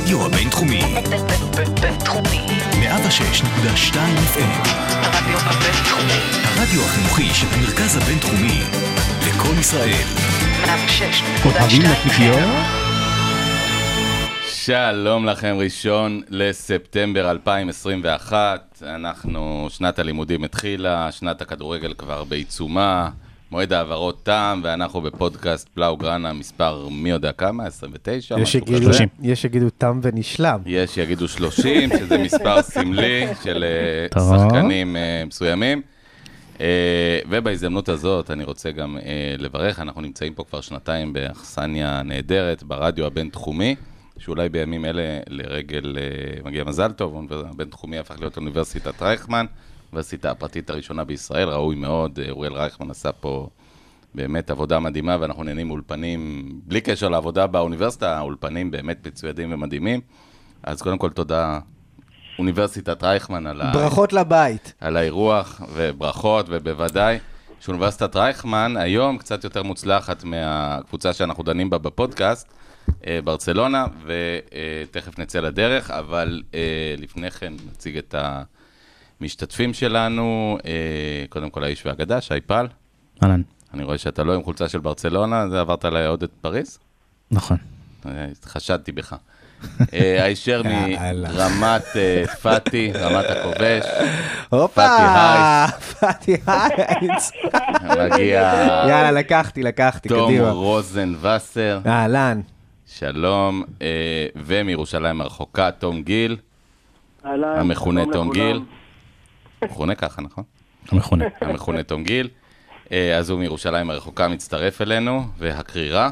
הרדיו הבינתחומי. בינתחומי. 106.2 FM. הרדיו הבינתחומי. הרדיו החינוכי של המרכז הבינתחומי. לכל ישראל. 106.2 שלום לכם, ראשון לספטמבר 2021, שנת הלימודים התחילה, שנת הכדורגל כבר בעיצומה, מועד העברות תם, ואנחנו בפודקאסט בלאוגרנה מספר מי יודע כמה, 29, משהו כזה. יש שיגידו תם ונשלם. יש שיגידו 30, שזה מספר סמלי של שחקנים מסוימים. ובהזדמנות הזאת אני רוצה גם לברך, אנחנו נמצאים פה כבר שנתיים באכסניה נהדרת ברדיו הבינתחומי, שאולי בימים אלה לרגל מגיע מזל טוב, הבינתחומי הפך להיות אוניברסיטת רייכמן, האוניברסיטה הפרטית הראשונה בישראל, ראוי מאוד, אוריאל רייכמן עשה פה באמת עבודה מדהימה, ואנחנו נהנים אולפנים, בלי קשר לעבודה באוניברסיטה, האולפנים באמת מצוידים ומדהימים, אז קודם כל תודה אוניברסיטת רייכמן על ברכות לבית. על האירוח, וברכות, ובוודאי שאוניברסיטת רייכמן היום קצת יותר מוצלחת מהקבוצה שאנחנו דנים בה בפודקאסט, ברצלונה, ותכף נצא לדרך, אבל לפני כן נציג את המשתתפים שלנו, קודם כל האיש והאגדה, שי פל. אהלן. אני רואה שאתה לא עם חולצה של ברצלונה, זה עברת עליי עוד את פריז? נכון. חשדתי בך. הישר מרמת פאטי, רמת הכובש. הופה, פאטי הייץ. מגיע יאללה, לקחתי, תום קדימה. רוזן וסר. אהלן. שלום, ומירושלים הרחוקה, תום גיל. המכונה תום גיל. מכונה ככה, נכון? המכונה תום גיל. אז הוא מירושלים הרחוקה מצטרף אלינו, והקרירה.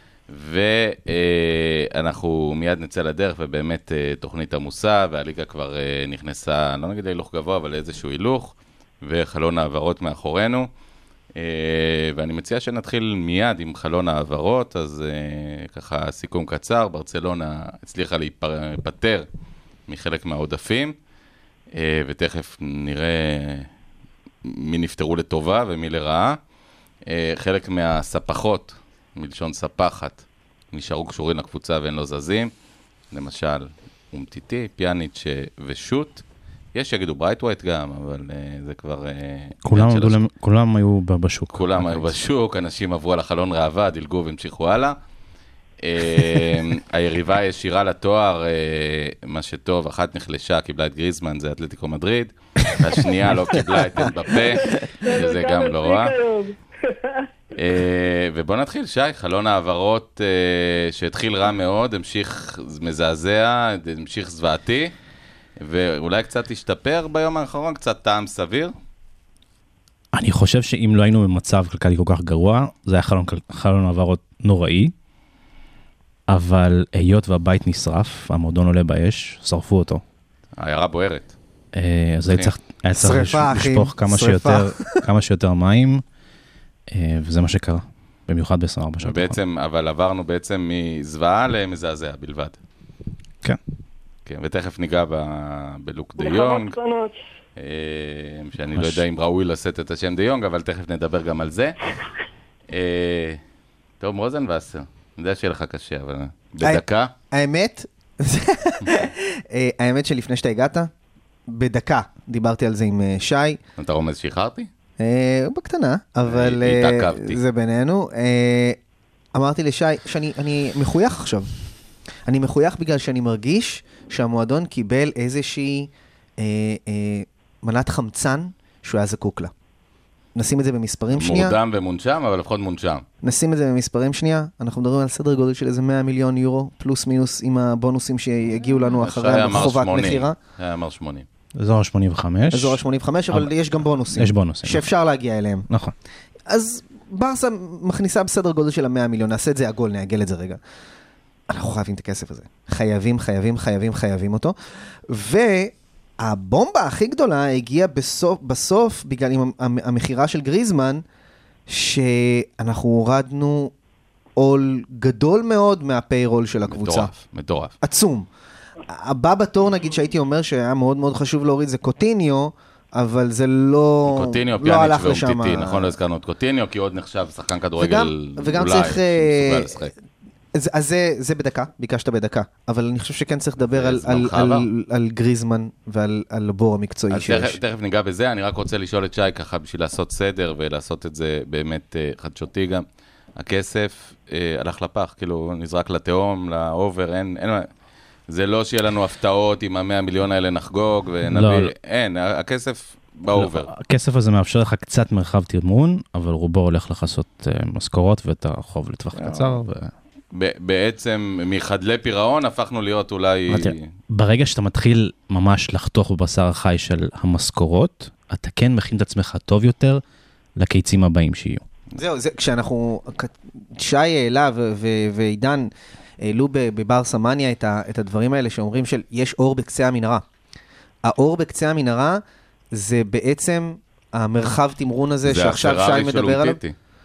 ואנחנו מיד נצא לדרך, ובאמת תוכנית עמוסה, והליגה כבר נכנסה, לא נגיד הילוך גבוה, אבל איזשהו הילוך, וחלון העברות מאחורינו. ואני מציע שנתחיל מיד עם חלון העברות, אז ככה סיכום קצר, ברצלונה הצליחה להיפטר מחלק מהעודפים, ותכף נראה מי נפטרו לטובה ומי לרעה. חלק מהספחות, מלשון ספחת, נשארו קשורים לקבוצה ואין לו זזים, למשל אומטיטי, פיאניץ' ושוט, יש שיגידו ברייטווייט גם, אבל זה כבר... כולם היו בשוק. כולם היו בשוק, אנשים עברו על החלון ראווה, דילגו והמשיכו הלאה. היריבה הישירה לתואר, מה שטוב, אחת נחלשה, קיבלה את גריזמן, זה אתלטיקו מדריד, והשנייה לא קיבלה את בפה, שזה גם לא רע. ובוא נתחיל, שי, חלון העברות שהתחיל רע מאוד, המשיך מזעזע, המשיך זוועתי, ואולי קצת השתפר ביום האחרון, קצת טעם סביר. אני חושב שאם לא היינו במצב כלכלי כל כך גרוע, זה היה חלון העברות נוראי, אבל היות והבית נשרף, המועדון עולה באש, שרפו אותו. העיירה בוערת. אז היה צריך לשפוך כמה שיותר מים, וזה מה שקרה, במיוחד ב-24 שעות. בעצם, אבל עברנו בעצם מזוועה למזעזע בלבד. כן. כן, ותכף ניגע בלוק די יונג, שאני לא יודע אם ראוי לשאת את השם די יונג, אבל תכף נדבר גם על זה. טוב, רוזן וסר, אני יודע שיהיה לך קשה, אבל בדקה. האמת שלפני שאתה הגעת, בדקה דיברתי על זה עם שי. אתה רומז שחררתי? בקטנה, אבל זה בינינו. אמרתי לשי שאני מחוייך עכשיו. אני מחוייך בגלל שאני מרגיש שהמועדון קיבל איזושהי מנת חמצן שהוא היה זקוק לה. נשים את זה במספרים שנייה. מורדם ומונשם, אבל לפחות מונשם. נשים את זה במספרים שנייה. אנחנו מדברים על סדר גודל של איזה 100 מיליון יורו, פלוס מינוס עם הבונוסים שיגיעו לנו אחרי חובת מחירה. היה אמר 80. אזור ה-85. אזור ה-85, אבל יש גם בונוסים. יש בונוסים. שאפשר להגיע אליהם. נכון. אז ברסה מכניסה בסדר גודל של 100 מיליון, נעשה את זה עגול, נעגל את זה רגע. אנחנו חייבים את הכסף הזה. חייבים אותו. והבומבה הכי גדולה הגיעה בסוף, בגלל המחירה של גריזמן, שאנחנו הורדנו עול גדול מאוד מהפיירול של הקבוצה. מטורף. עצום. הבא בתור, נגיד, שהייתי אומר שהיה מאוד מאוד חשוב להוריד, זה קוטיניו, אבל זה לא הלך לשם. קוטיניו, נכון, לא הזכרנו את קוטיניו, כי עוד נחשב שחקן כדורגל וגם צריך אז זה בדקה, ביקשת בדקה, אבל אני חושב שכן צריך לדבר על גריזמן ועל הבור המקצועי שיש. תכף ניגע בזה, אני רק רוצה לשאול את שי ככה בשביל לעשות סדר ולעשות את זה באמת חדשותי גם. הכסף הלך לפח, כאילו נזרק לתהום, לאובר, אין, זה לא שיהיה לנו הפתעות עם ה100 מיליון האלה נחגוג ונביא, אין, הכסף באובר. הכסף הזה מאפשר לך קצת מרחב תמרון, אבל רובו הולך לחסות משכורות ואת החוב לטווח קצר. בעצם מחדלי פירעון הפכנו להיות אולי... ברגע שאתה מתחיל ממש לחתוך בבשר החי של המשכורות, אתה כן מכין את עצמך טוב יותר לקיצים הבאים שיהיו. זהו, כשאנחנו, שי העלה ועידן העלו בבר סמניה את הדברים האלה שאומרים של יש אור בקצה המנהרה. האור בקצה המנהרה זה בעצם המרחב תמרון הזה שעכשיו שי מדבר עליו.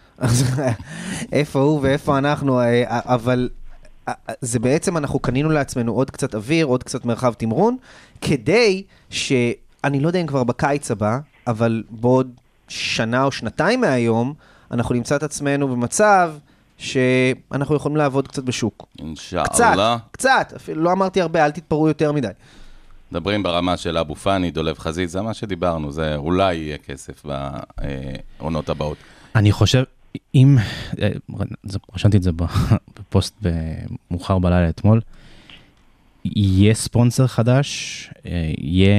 איפה הוא ואיפה אנחנו, אבל זה בעצם אנחנו קנינו לעצמנו עוד קצת אוויר, עוד קצת מרחב תמרון, כדי שאני לא יודע אם כבר בקיץ הבא, אבל בעוד שנה או שנתיים מהיום, אנחנו נמצא את עצמנו במצב שאנחנו יכולים לעבוד קצת בשוק. אינשאללה. קצת, אפילו לא אמרתי הרבה, אל תתפרו יותר מדי. מדברים ברמה של אבו פאני, דולב חזית, זה מה שדיברנו, זה אולי יהיה כסף בעונות הבאות. אני חושב, אם, רשמתי את זה בפוסט במאוחר בלילה אתמול, יהיה ספונסר חדש, יהיה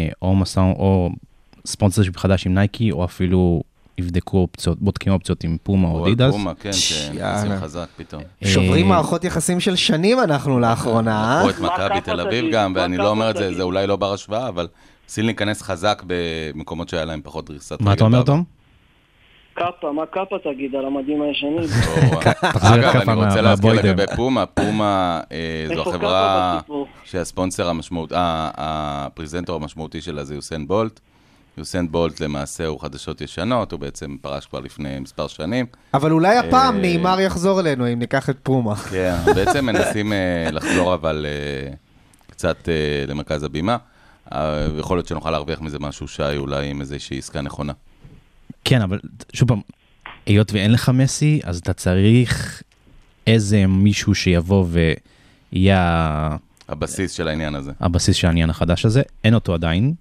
או ספונסר חדש עם נייקי, או אפילו יבדקו אופציות, בודקים אופציות עם פומה או אדידס. פומה, כן, שנכנסים חזק פתאום. שוברים מערכות יחסים של שנים אנחנו לאחרונה. או את מכבי תל אביב גם, ואני לא אומר את זה, זה אולי לא בר השוואה, אבל סיל להיכנס חזק במקומות שהיה להם פחות דריסת. מה אתה אומר, תום? קאפה, מה קאפה תגיד על המדים הישנים? אגב, אני רוצה להזכיר לגבי פומה, פומה זו החברה שהספונסר המשמעותי, הפרזנטור המשמעותי שלה זה יוסיין בולט. יוסיין בולט למעשה הוא חדשות ישנות, הוא בעצם פרש כבר לפני מספר שנים. אבל אולי הפעם נאמר יחזור אלינו אם ניקח את פומה. כן, בעצם מנסים לחזור אבל קצת למרכז הבימה. יכול להיות שנוכל להרוויח מזה משהו שי, אולי עם איזושהי עסקה נכונה. כן, אבל שוב פעם, היות ואין לך מסי, אז אתה צריך איזה מישהו שיבוא ויהיה... הבסיס של העניין הזה. הבסיס של העניין החדש הזה, אין אותו עדיין.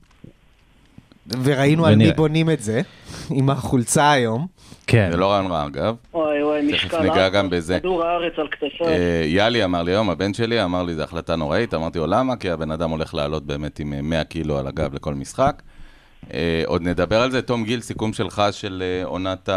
וראינו על מי בונים את זה, עם החולצה היום. כן. זה לא רעיון רע, אגב. אוי, משקל כדור הארץ על כתפה. יאלי אמר לי היום, הבן שלי אמר לי, זו החלטה נוראית, אמרתי לו למה? כי הבן אדם הולך לעלות באמת עם 100 קילו על הגב לכל משחק. עוד נדבר על זה, תום גיל, סיכום שלך של עונת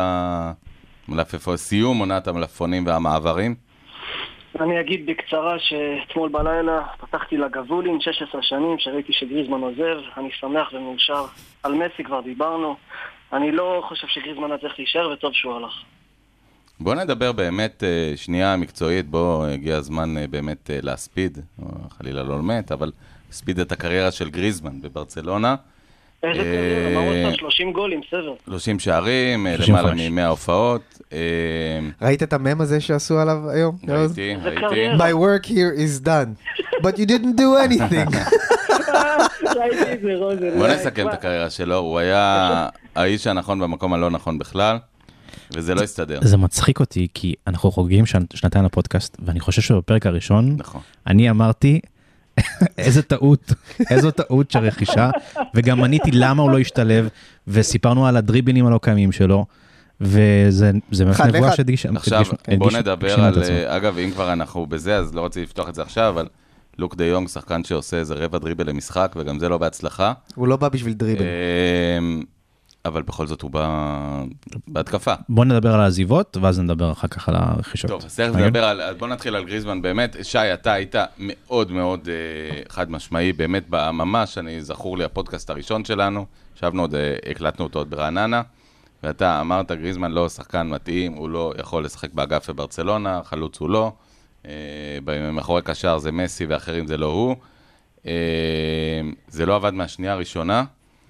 סיום עונת המלפפונים והמעברים. אני אגיד בקצרה שאתמול בלילה פתחתי לגבולים 16 שנים שראיתי שגריזמן עוזב, אני שמח ומאושר. על מסי כבר דיברנו, אני לא חושב שגריזמן צריך להישאר וטוב שהוא הלך. בוא נדבר באמת שנייה מקצועית, בוא הגיע הזמן באמת להספיד, חלילה לא למת, אבל להספיד את הקריירה של גריזמן בברצלונה. איזה קריירה, מה רוצה? 30 גולים, סבר. 30 שערים, למעלה מ100 הופעות. ראית את המם הזה שעשו עליו היום? ראיתי. My work here is done, but you didn't do anything. ראיתי את זה, רוזן. בוא נסכם את הקריירה שלו, הוא היה האיש הנכון במקום הלא נכון בכלל, וזה לא הסתדר. זה מצחיק אותי, כי אנחנו חוגגים שנתיים לפודקאסט, ואני חושב שבפרק הראשון, אני אמרתי, איזו טעות של רכישה, וגם מניתי למה הוא לא השתלב, וסיפרנו על הדריבלים הלא קיימים שלו, וזה נבואה שהדגיש. עכשיו, בוא נדבר על, אגב, אם כבר אנחנו בזה, אז לא רוצה לפתוח את זה עכשיו, אבל לוק דה יונג, שחקן שעושה איזה רבע דריבל למשחק, וגם זה לא בהצלחה. הוא לא בא בשביל דריבל. אבל בכל זאת הוא בא בהתקפה. בוא נדבר על העזיבות, ואז נדבר אחר כך על הרכישות. טוב, אז נדבר על, בוא נתחיל על גריזמן, באמת, שי, אתה היית מאוד מאוד חד משמעי, באמת ממש, אני זכור לי הפודקאסט הראשון שלנו, שבנו עוד, הקלטנו אותו עוד ברעננה, ואתה אמרת, גריזמן לא שחקן מתאים, הוא לא יכול לשחק באגף בברצלונה, חלוץ הוא לא, מאחורי קשר זה מסי ואחרים זה לא הוא, זה לא עבד מהשנייה הראשונה,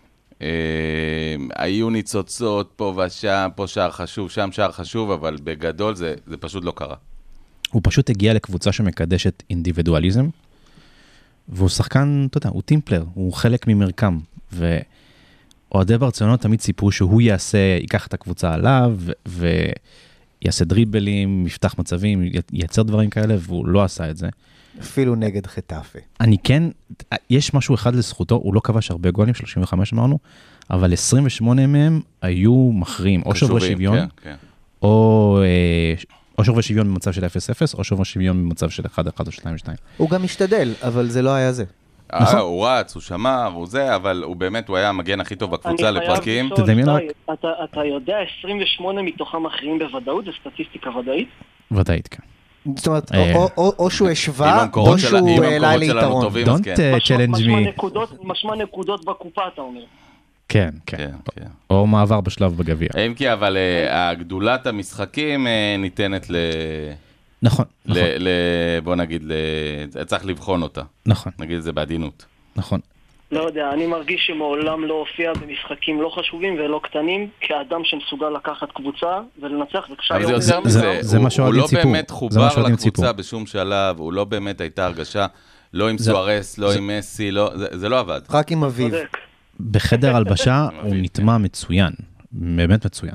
היו ניצוצות פה ושם, פה שער חשוב, שם שער חשוב, אבל בגדול זה פשוט לא קרה. הוא פשוט הגיע לקבוצה שמקדשת אינדיבידואליזם, והוא שחקן, אתה יודע, הוא טימפלר, הוא חלק ממרקם, ואוהדי ברצלונה תמיד סיפרו שהוא ייקח את הקבוצה עליו, יעשה דריבלים, יפתח מצבים, ייצר דברים כאלה, והוא לא עשה את זה. אפילו נגד חטאפה. אני כן, יש משהו אחד לזכותו, הוא לא כבש הרבה גולים, 35 אמרנו, אבל 28 מהם היו מכריעים, או שוברי שוויון, או שוברי שוויון במצב של 0-0, או שוברי שוויון במצב של 1-1 או 2-2. הוא גם משתדל, אבל זה לא היה זה. הוא רץ, הוא שמר, הוא זה, אבל הוא באמת, הוא היה המגן הכי טוב בקבוצה לפרקים. אתה יודע 28 מתוכם מכריעים בוודאות, זה סטטיסטיקה ודאית? ודאית, כן. זאת אומרת, או שהוא השווה, או שהוא העלה ליתרון. Don't challenge me. משמע נקודות בקופה, אתה אומר. כן, כן. או מעבר בשלב בגביע. אם כי, אבל הגדולת המשחקים ניתנת נכון. בוא נגיד, צריך לבחון אותה. נכון. נגיד את זה בעדינות. נכון. לא יודע, אני מרגיש שמעולם לא הופיע במשחקים לא חשובים ולא קטנים, כאדם שמסוגל לקחת קבוצה ולנצח, אבל זה יותר מזה, הוא לא באמת חובר לקבוצה בשום שלב, הוא לא באמת הייתה הרגשה, לא עם סוארס, לא עם מסי, זה לא עבד. רק עם אביב. בחדר הלבשה הוא נטמע מצוין, באמת מצוין.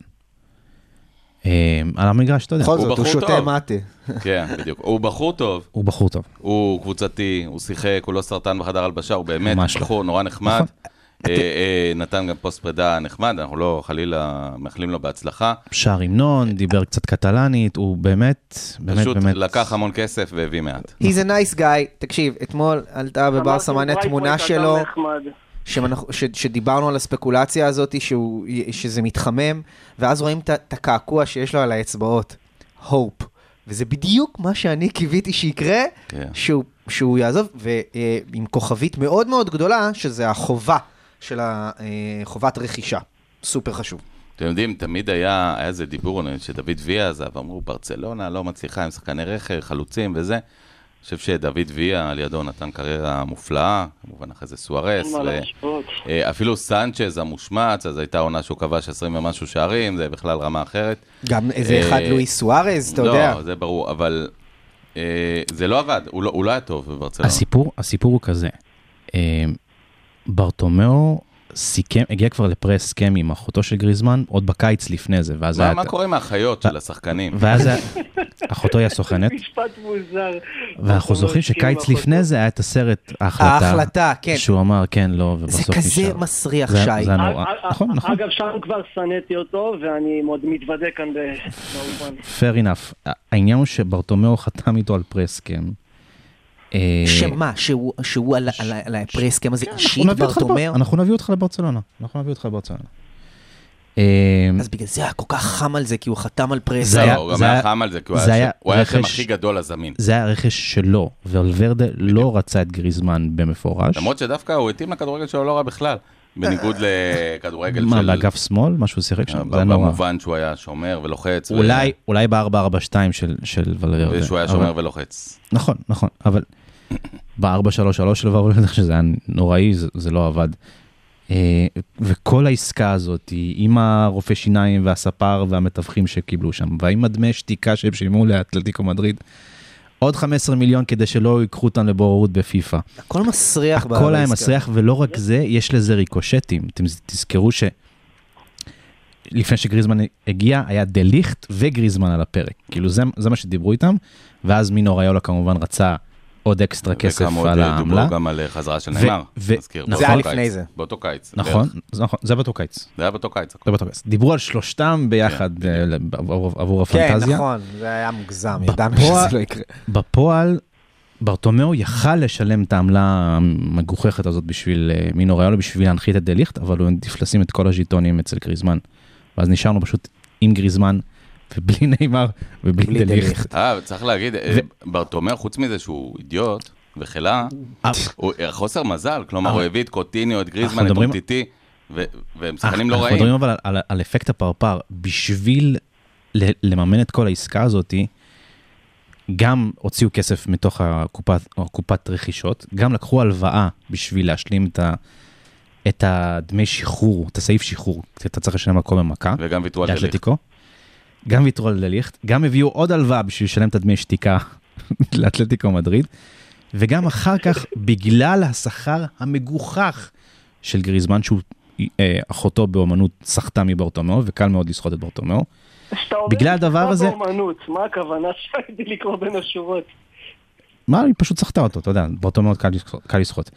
על המגרש, אתה יודע. בכל זאת, הוא שותה מטה. כן, בדיוק. הוא בחור טוב. הוא בחור טוב. הוא קבוצתי, הוא שיחק, הוא לא סרטן בחדר הלבשה, הוא באמת בחור נורא נחמד. נתן גם פוסט פרידה נחמד, אנחנו לא חלילה מאחלים לו בהצלחה. שר המנון, דיבר קצת קטלנית, הוא באמת, פשוט לקח המון כסף והביא מעט. He's a nice guy. תקשיב, אתמול עלתה בברסה מענה תמונה שלו, שדיברנו על הספקולציה הזאת, שזה מתחמם, ואז רואים את הקעקוע שיש לו על האצבעות. Hope. וזה בדיוק מה שאני קיוויתי שיקרה, שהוא יעזוב, ועם כוכבית מאוד מאוד גדולה, שזה החובה של חובת רכישה. סופר חשוב. אתם יודעים, תמיד היה איזה דיבור שדוד ויה עזב, אמרו, ברצלונה לא מצליחה עם שחקני רכר, חלוצים וזה. אני חושב שדוד ויה על ידו נתן קריירה מופלאה, כמובן אחרי זה סוארס, אפילו סנצ'ז המושמץ, אז הייתה עונה שהוא כבש 20 ומשהו שערים, זה בכלל רמה אחרת. גם איזה אחד לואי סוארס, אתה יודע. לא, זה ברור, אבל זה לא עבד, הוא לא היה טוב בברצלונה. הסיפור הוא כזה, ברטומאו הגיע כבר לפרס סכם עם אחותו של גריזמן, עוד בקיץ לפני זה. מה קורה עם האחיות של השחקנים? ואז אחותו היא הסוכנת. משפט מוזר. ואנחנו זוכרים שקיץ לפני זה היה את הסרט ההחלטה, כן. שהוא אמר כן, לא, ובסוף נשאר. זה כזה מסריח, שי. זה נורא. נכון. אגב, שם כבר שנאתי אותו, ואני מאוד מתוודה כאן באופן. Fair enough. העניין הוא שברטומאו חתם איתו על פרס סכם. שמה? שהוא על הפרסקם הזה אישית ברטומאו? אנחנו נביא אותך לברצלונה. אז בגלל זה היה כל כך חם על זה, כי הוא חתם על פרס. לא, הוא גם היה חם על זה, כי הוא היה השם הכי גדול הזמין. זה היה רכש שלו, ואלוורדה לא רצה את גריזמן במפורש. למרות שדווקא הוא התאים לכדורגל שלו לא רע בכלל. בניגוד לכדורגל של... מה, באגף שמאל? משהו שיחק שם? במובן שהוא היה שומר ולוחץ. אולי ב-4-4-2 של ולוורדה. ושהוא היה שומר ולוחץ. נכון, אבל ב-4-3-3 של ולוורדה, שזה היה נוראי, זה לא עבד. וכל העסקה הזאת, עם הרופא שיניים והספר והמתווכים שקיבלו שם, ועם הדמי שתיקה שהם שילמו לאתלטיקו מדריד, עוד 15 מיליון כדי שלא ייקחו אותם לבוררות בפיפה. הכל מסריח. הכל היה מסריח, ולא רק זה, יש לזה ריקושטים. אתם תזכרו לפני שגריזמן הגיע, היה דליכט וגריזמן על הפרק. כאילו זה מה שדיברו איתם, ואז מינו ריולה כמובן רצה עוד אקסטרה כסף על העמלה. דיברו גם על חזרה של נאמר. זה היה לפני זה. באותו קיץ. נכון, זה באותו קיץ. זה היה באותו קיץ. דיברו על שלושתם ביחד עבור הפנטזיה. כן, נכון, זה היה מוגזם, ידענו שזה לא יקרה. בפועל, ברטומאו יכל לשלם את העמלה המגוחכת הזאת בשביל מינו ריולה, בשביל להנחית את דליכט, אבל הוא עדיף לשים את כל הז'יטונים אצל גריזמן. ואז נשארנו פשוט עם גריזמן, ובלי נאמר, ובלי דליכט. צריך להגיד, ברטומאו, חוץ מזה שהוא אידיוט וחילה, הוא חוסר מזל, כלומר, הוא הביא את קוטיניו, את גריזמן, את אומטיטי, והם שחקנים לא רעים. אנחנו מדברים אבל על אפקט הפרפר, בשביל לממן את כל העסקה הזאת, גם הוציאו כסף מתוך הקופת רכישות, גם לקחו הלוואה בשביל להשלים את הדמי שחרור, את הסעיף שחרור, אתה צריך לשלם הכל במכה. וגם ויתרו על דליכט. גם ויתרו על דליכט, גם הביאו עוד הלוואה בשביל לשלם את הדמי שתיקה לאתלטיקו מדריד, וגם אחר כך, בגלל השכר המגוחך של גריזמן, שהוא אחותו באומנות סחטה מברטומאו, וקל מאוד לסחוט את ברטומאו, בגלל הדבר הזה... מה הכוונה שהייתי לקרוא בין השורות? מה, היא פשוט שחתה אותו, אתה יודע, באותו מאוד קל לשחות.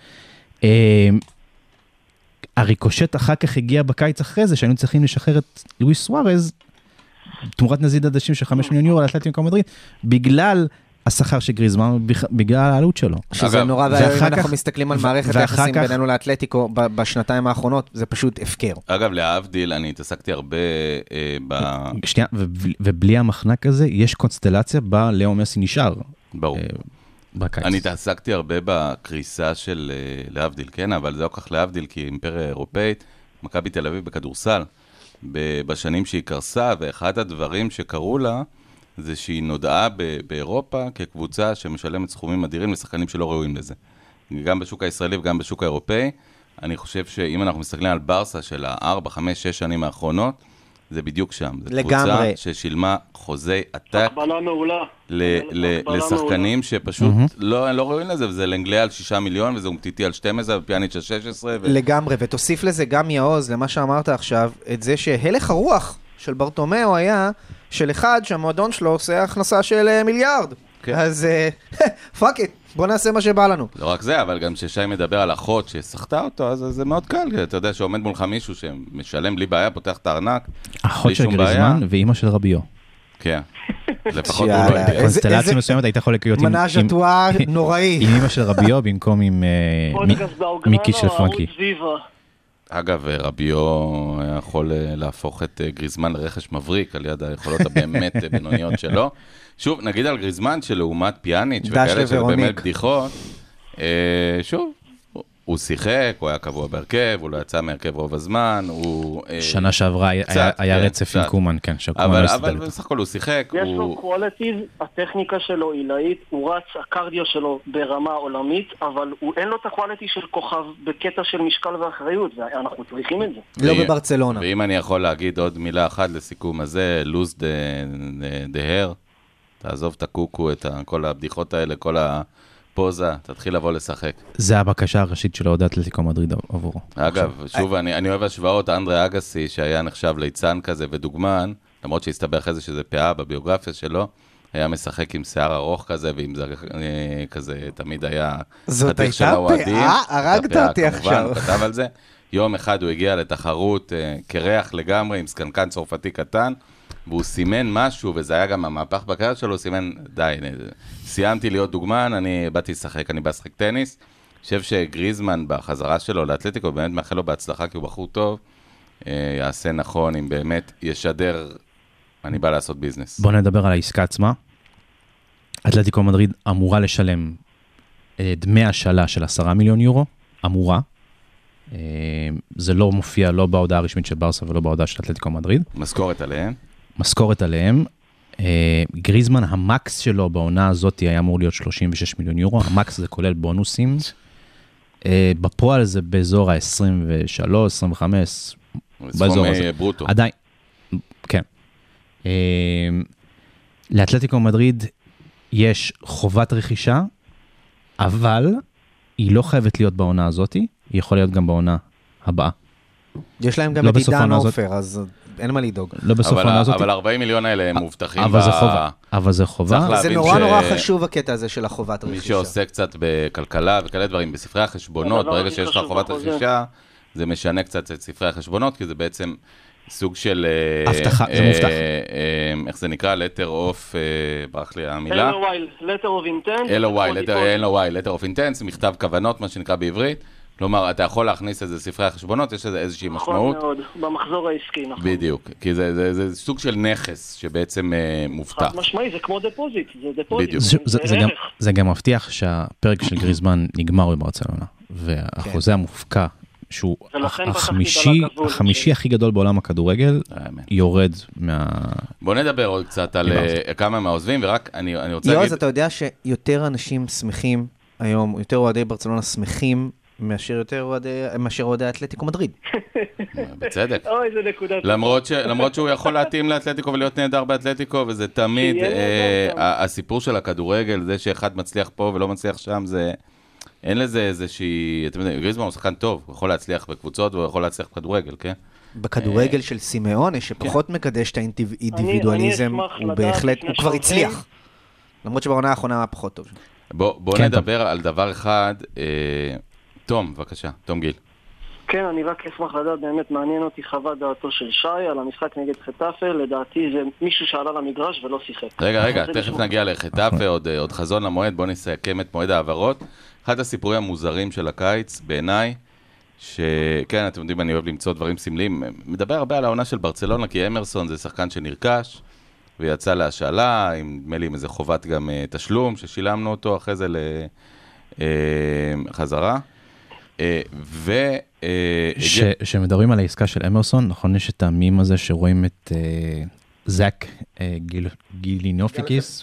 הריקושט אחר כך הגיע בקיץ אחרי זה, שהיינו צריכים לשחרר את לואיס סוארז, תמורת נזיד עדשים של 5 מיליון יורו על אתלטיקו מדריד, בגלל השכר של גריזמן, בגלל העלות שלו. שזה נורא, ואם אנחנו מסתכלים על מערכת היחסים בינינו לאתלטיקו בשנתיים האחרונות, זה פשוט הפקר. אגב, להבדיל, אני התעסקתי הרבה שנייה, ובלי המחנק הזה, יש קונסטלציה בה לאו מסי נשאר. ברור. בקיץ. אני התעסקתי הרבה בקריסה של להבדיל, כן, אבל זה לא כך להבדיל, כי אימפריה אירופאית, מכבי תל אביב בכדורסל, בשנים שהיא קרסה, ואחד הדברים שקרו לה, זה שהיא נודעה באירופה כקבוצה שמשלמת סכומים אדירים לשחקנים שלא ראויים לזה. גם בשוק הישראלי וגם בשוק האירופאי, אני חושב שאם אנחנו מסתכלים על ברסה של 4, 5, 6 שנים האחרונות, זה בדיוק שם. זו קבוצה ששילמה חוזי עתק לשחקנים שפשוט לא רואים לזה, וזה לנגליה על 6 מיליון, וזה אומטיטי על 12, ופיאניץ' על 16. לגמרי, ותוסיף לזה גם יעוז, למה שאמרת עכשיו, את זה שהלך הרוח של ברטומאו היה של אחד שהמועדון שלו עושה הכנסה של מיליארד. אז פאק איט, בוא נעשה מה שבא לנו. לא רק זה, אבל גם ששי מדבר על אחות ששחתה אותו, אז זה מאוד קל. אתה יודע שעומד מולך מישהו שמשלם בלי בעיה, פותח את הארנק. אחות של גריזמן ואימא של רביו. כן. לפחות הוא לא יודע. קונסטלציה מסוימת הייתה יכול להיות מנאז' הטועה נוראי. עם אימא של רביו במקום עם מיקי של פרנקי. אגב, רביו יכול להפוך את גריזמן לרכש מבריק על יד היכולות הבאמת בינוניות שלו. שוב, נגיד על גריזמן שלעומת פיאניץ' וכאלה שזה באמת בדיחות, שוב, הוא שיחק, הוא היה קבוע בהרכב, הוא לא יצא מהרכב רוב הזמן, הוא... שנה שעברה היה רצף עם קומן, כן, אבל בסך הכל הוא שיחק. יש לו קואליטיז, הטכניקה שלו עילאית, הוא רץ, הקרדיו שלו ברמה עולמית, אבל אין לו את הקואליטי של כוכב בקטע של משקל ואחריות, ואנחנו צריכים את זה. לא בברצלונה. ואם אני יכול להגיד עוד מילה אחת לסיכום הזה, lose the hair, תעזוב את הקוקו, את כל הבדיחות האלה, כל הפוזה, תתחיל לבוא לשחק. זה הבקשה הראשית של אוהדי אתלטיקו מדריד עבורו. אגב, שוב, אני אוהב השוואות, אנדרי אגסי, שהיה נחשב ליצן כזה ודוגמן, למרות שהסתבר אחרי זה שזה פאה בביוגרפיה שלו, היה משחק עם שיער ארוך כזה, ועם זה כזה, תמיד היה... זאת הייתה פאה? הרגת אותי עכשיו. כתב על זה. יום אחד הוא הגיע לתחרות קרח לגמרי, עם סקנקן צרפתי קטן, והוא סימן משהו, וזה היה גם המהפך בקריירה שלו, הוא סימן, די, סיימתי להיות דוגמן, אני באתי לשחק, אני בא לשחק טניס. אני חושב שגריזמן בחזרה שלו לאתלטיקו, באמת מאחל לו בהצלחה, כי הוא בחור טוב, יעשה נכון, אם באמת ישדר, אני בא לעשות ביזנס. בוא נדבר על העסקה עצמה. אתלטיקו מדריד אמורה לשלם דמי השאלה של 10 מיליון יורו, אמורה. זה לא מופיע לא בהודעה הרשמית של ברסה ולא בהודעה של אתלטיקו מדריד. משכורת עליהם. גריזמן, המקס שלו בעונה הזאת היה אמור להיות 36 מיליון יורו. המקס זה כולל בונוסים. בפועל זה באזור ה-23, 25, באזור הזה. ברוטו. עדיין, כן. לאתלטיקו מדריד יש חובת רכישה, אבל היא לא חייבת להיות בעונה הזאת, היא יכולה להיות גם בעונה הבאה. יש להם גם את עידן אופר, אז אין מה לדאוג. לא בסוף העונה הזאת. אבל 40 מיליון האלה הם מובטחים. אבל זה חובה. זה נורא נורא חשוב הקטע הזה של החובת רכישה. מי שעושה קצת בכלכלה וכאלה דברים, בספרי החשבונות, ברגע שיש לך חובת רכישה, זה משנה קצת את ספרי החשבונות, כי זה בעצם סוג של... הבטחה, זה מובטח. איך זה נקרא? letter of, ברח לי המילה. letter of intent. LOI, letter of intent, מכתב כוונות, מה שנקרא בעברית. כלומר, אתה יכול להכניס את זה ספרי החשבונות, יש לזה איזושהי משמעות. נכון מאוד, במחזור העסקי, נכון. בדיוק, כי זה סוג של נכס שבעצם מובטח. חד משמעי, זה כמו דפוזיט, זה דפוזיט. זה גם מבטיח שהפרק של גריזמן נגמר בברצלונה, והחוזה המופקע, שהוא החמישי הכי גדול בעולם הכדורגל, יורד מה... בוא נדבר עוד קצת על כמה מהעוזבים, ורק אני רוצה להגיד... יוז, אתה יודע שיותר אנשים שמחים היום, יותר אוהדי ברצלונה שמחים, מאשר אוהדי אתלטיקו מדריד. בצדק. אוי, זה נקודת. למרות שהוא יכול להתאים לאתלטיקו ולהיות נהדר באתלטיקו, וזה תמיד, הסיפור של הכדורגל, זה שאחד מצליח פה ולא מצליח שם, זה... אין לזה איזושהי... אתם יודעים, גריזמן הוא שחקן טוב, הוא יכול להצליח בקבוצות, והוא יכול להצליח בכדורגל, כן? בכדורגל של סימאון, שפחות מקדש את האינדיבידואליזם, הוא בהחלט, הוא כבר הצליח. למרות שבעונה האחרונה היה פחות טוב. בוא נדבר על דבר אחד. תום, בבקשה, תום גיל. כן, אני רק אשמח לדעת, באמת מעניין אותי חוות דעתו של שי על המשחק נגד חטאפה, לדעתי זה מישהו שעלה למגרש ולא שיחק. רגע, תכף נגיע לחטאפה, עוד חזון למועד, בוא נסכם את מועד העברות. אחד הסיפורים המוזרים של הקיץ, בעיניי, שכן, אתם יודעים, אני אוהב למצוא דברים סמליים, מדבר הרבה על העונה של ברצלונה, כי אמרסון זה שחקן שנרכש, ויצא להשאלה, נדמה לי עם איזה חובת גם תשלום, ששילמנו אותו אחרי זה לחזרה. שמדברים על העסקה של אמרסון, נכון, יש את המים הזה שרואים את זק גילינופיקיס,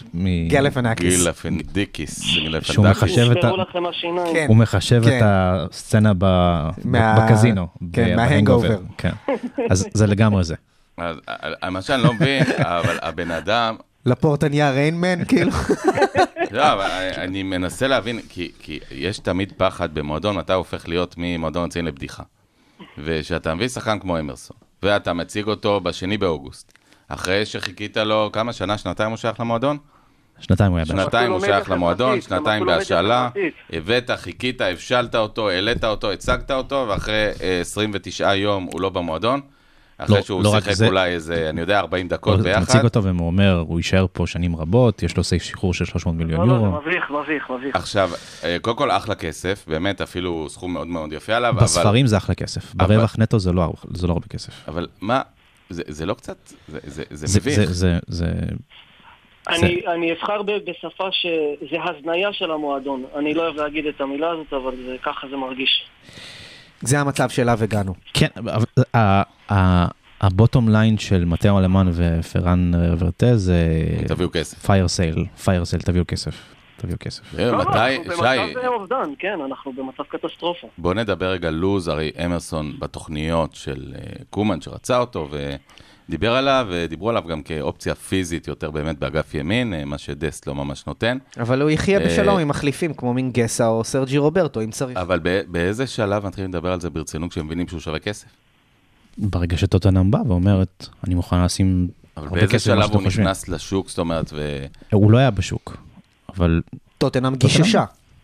שהוא מחשב את הסצנה בקזינו, מההנגאובר. אז זה לגמרי זה. מה שאני לא מבין, אבל הבן אדם... לפורטה נהיה ריינמן, כאילו. לא, אבל אני מנסה להבין, כי יש תמיד פחד במועדון, אתה הופך להיות ממועדון רציני לבדיחה. ושאתה מביא שחקן כמו אמרסון, ואתה מציג אותו ב2 באוגוסט, אחרי שחיכית לו כמה שנה, שנתיים הוא שייך למועדון? שנתיים הוא היה שנתיים הוא שייך למועדון, שנתיים בהשאלה, הבאת, חיכית, הבשלת אותו, העלית אותו, הצגת אותו, ואחרי 29 יום הוא לא במועדון, אחרי שהוא שיחק אולי איזה, אני יודע, 40 דקות ביחד. מציג אותו ומאמר, הוא יישאר פה שנים רבות, יש לו סעיף שחרור של 300 מיליון יורו. מביך. עכשיו, קודם כל אחלה כסף, באמת אפילו סכום מאוד מאוד יפה עליו. בספרים זה אחלה כסף, ברווח נטו זה לא הרבה כסף. אבל מה, זה לא קצת, זה מביך. אני אבחר בשפה שזה הזניה של המועדון. אני לא אוהב להגיד את המילה הזאת, אבל ככה זה מרגיש. זה המצב שאליו הגענו. כן, הבוטום ליין של מתאו אלמן ופרן ורטה זה... תביאו כסף. פייר סייל, תביאו כסף. לא, אנחנו במצב אובדן, כן, אנחנו במצב קטסטרופה. בוא נדבר רגע לוז, הרי אמרסון בתוכניות של קומן שרצה אותו ודיבר עליו, ודיברו עליו גם כאופציה פיזית יותר באמת באגף ימין, מה שדסט לא ממש נותן. אבל הוא יחיה בשלום עם מחליפים כמו מינגסה או סרג'י רוברטו, אם צריך. אבל באיזה שלב מתחילים לדבר על זה ברצינות כשהם מבינים שהוא שווה כסף? ברגע שטוטנהאם בא ואומרת, אני מוכן לשים הרבה כסף. אבל באיזה שלב הוא נכנס לשוק, זאת אומרת, הוא לא היה בשוק, אבל... טוטנהאם גיששה.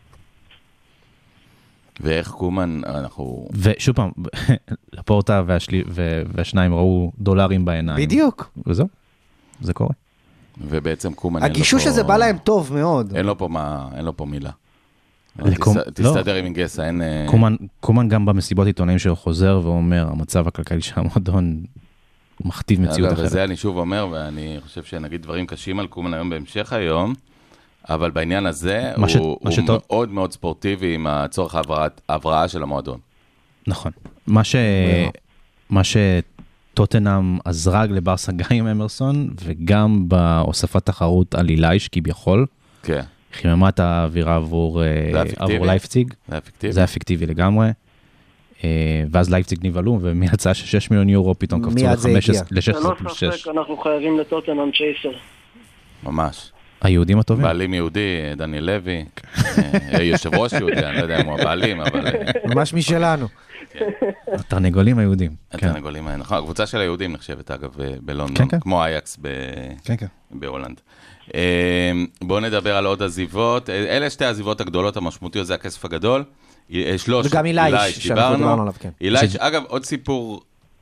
ואיך קומן, אנחנו... ושוב פעם, לפורטה והשניים ראו דולרים בעיניים. בדיוק. וזהו, זה קורה. ובעצם קומן... הגישוש הזה בא להם טוב מאוד. אין לו פה מילה. תסתדר עם אינגסה, אין... קומן גם במסיבות עיתונאים שלו חוזר ואומר, המצב הכלכלי של המועדון מכתיב מציאות אחרת. וזה אני שוב אומר, ואני חושב שנגיד דברים קשים על קומן היום בהמשך היום, אבל בעניין הזה הוא מאוד מאוד ספורטיבי עם הצורך ההבראה של המועדון. נכון. מה שטוטנהאם עזרה לברסה גם עם אמרסון, וגם בהוספת תחרות על אילייש כביכול. כן. חיממה את האווירה עבור לייפציג. זה היה אפקטיבי לגמרי. ואז לייפציג נבעלו, ומהצעה של 6 מיליון יורו פתאום קפצו ל-16 פלוס 6. לא ספק, אנחנו חייבים לטוטנהאם צ'ייסר. ממש. היהודים הטובים. בעלים יהודי, דני לוי, יושב ראש יהודי, אני לא יודע אם הוא הבעלים, אבל... ממש משלנו. התרנגולים היהודים. התרנגולים, נכון, הקבוצה של היהודים נחשבת אגב בלונדון, כמו אייקס בהולנד. בואו נדבר על עוד עזיבות, אלה שתי העזיבות הגדולות המשמעותיות, זה הכסף הגדול. וגם אילייש, דיברנו עליו, כן. אילייש, אגב, עוד סיפור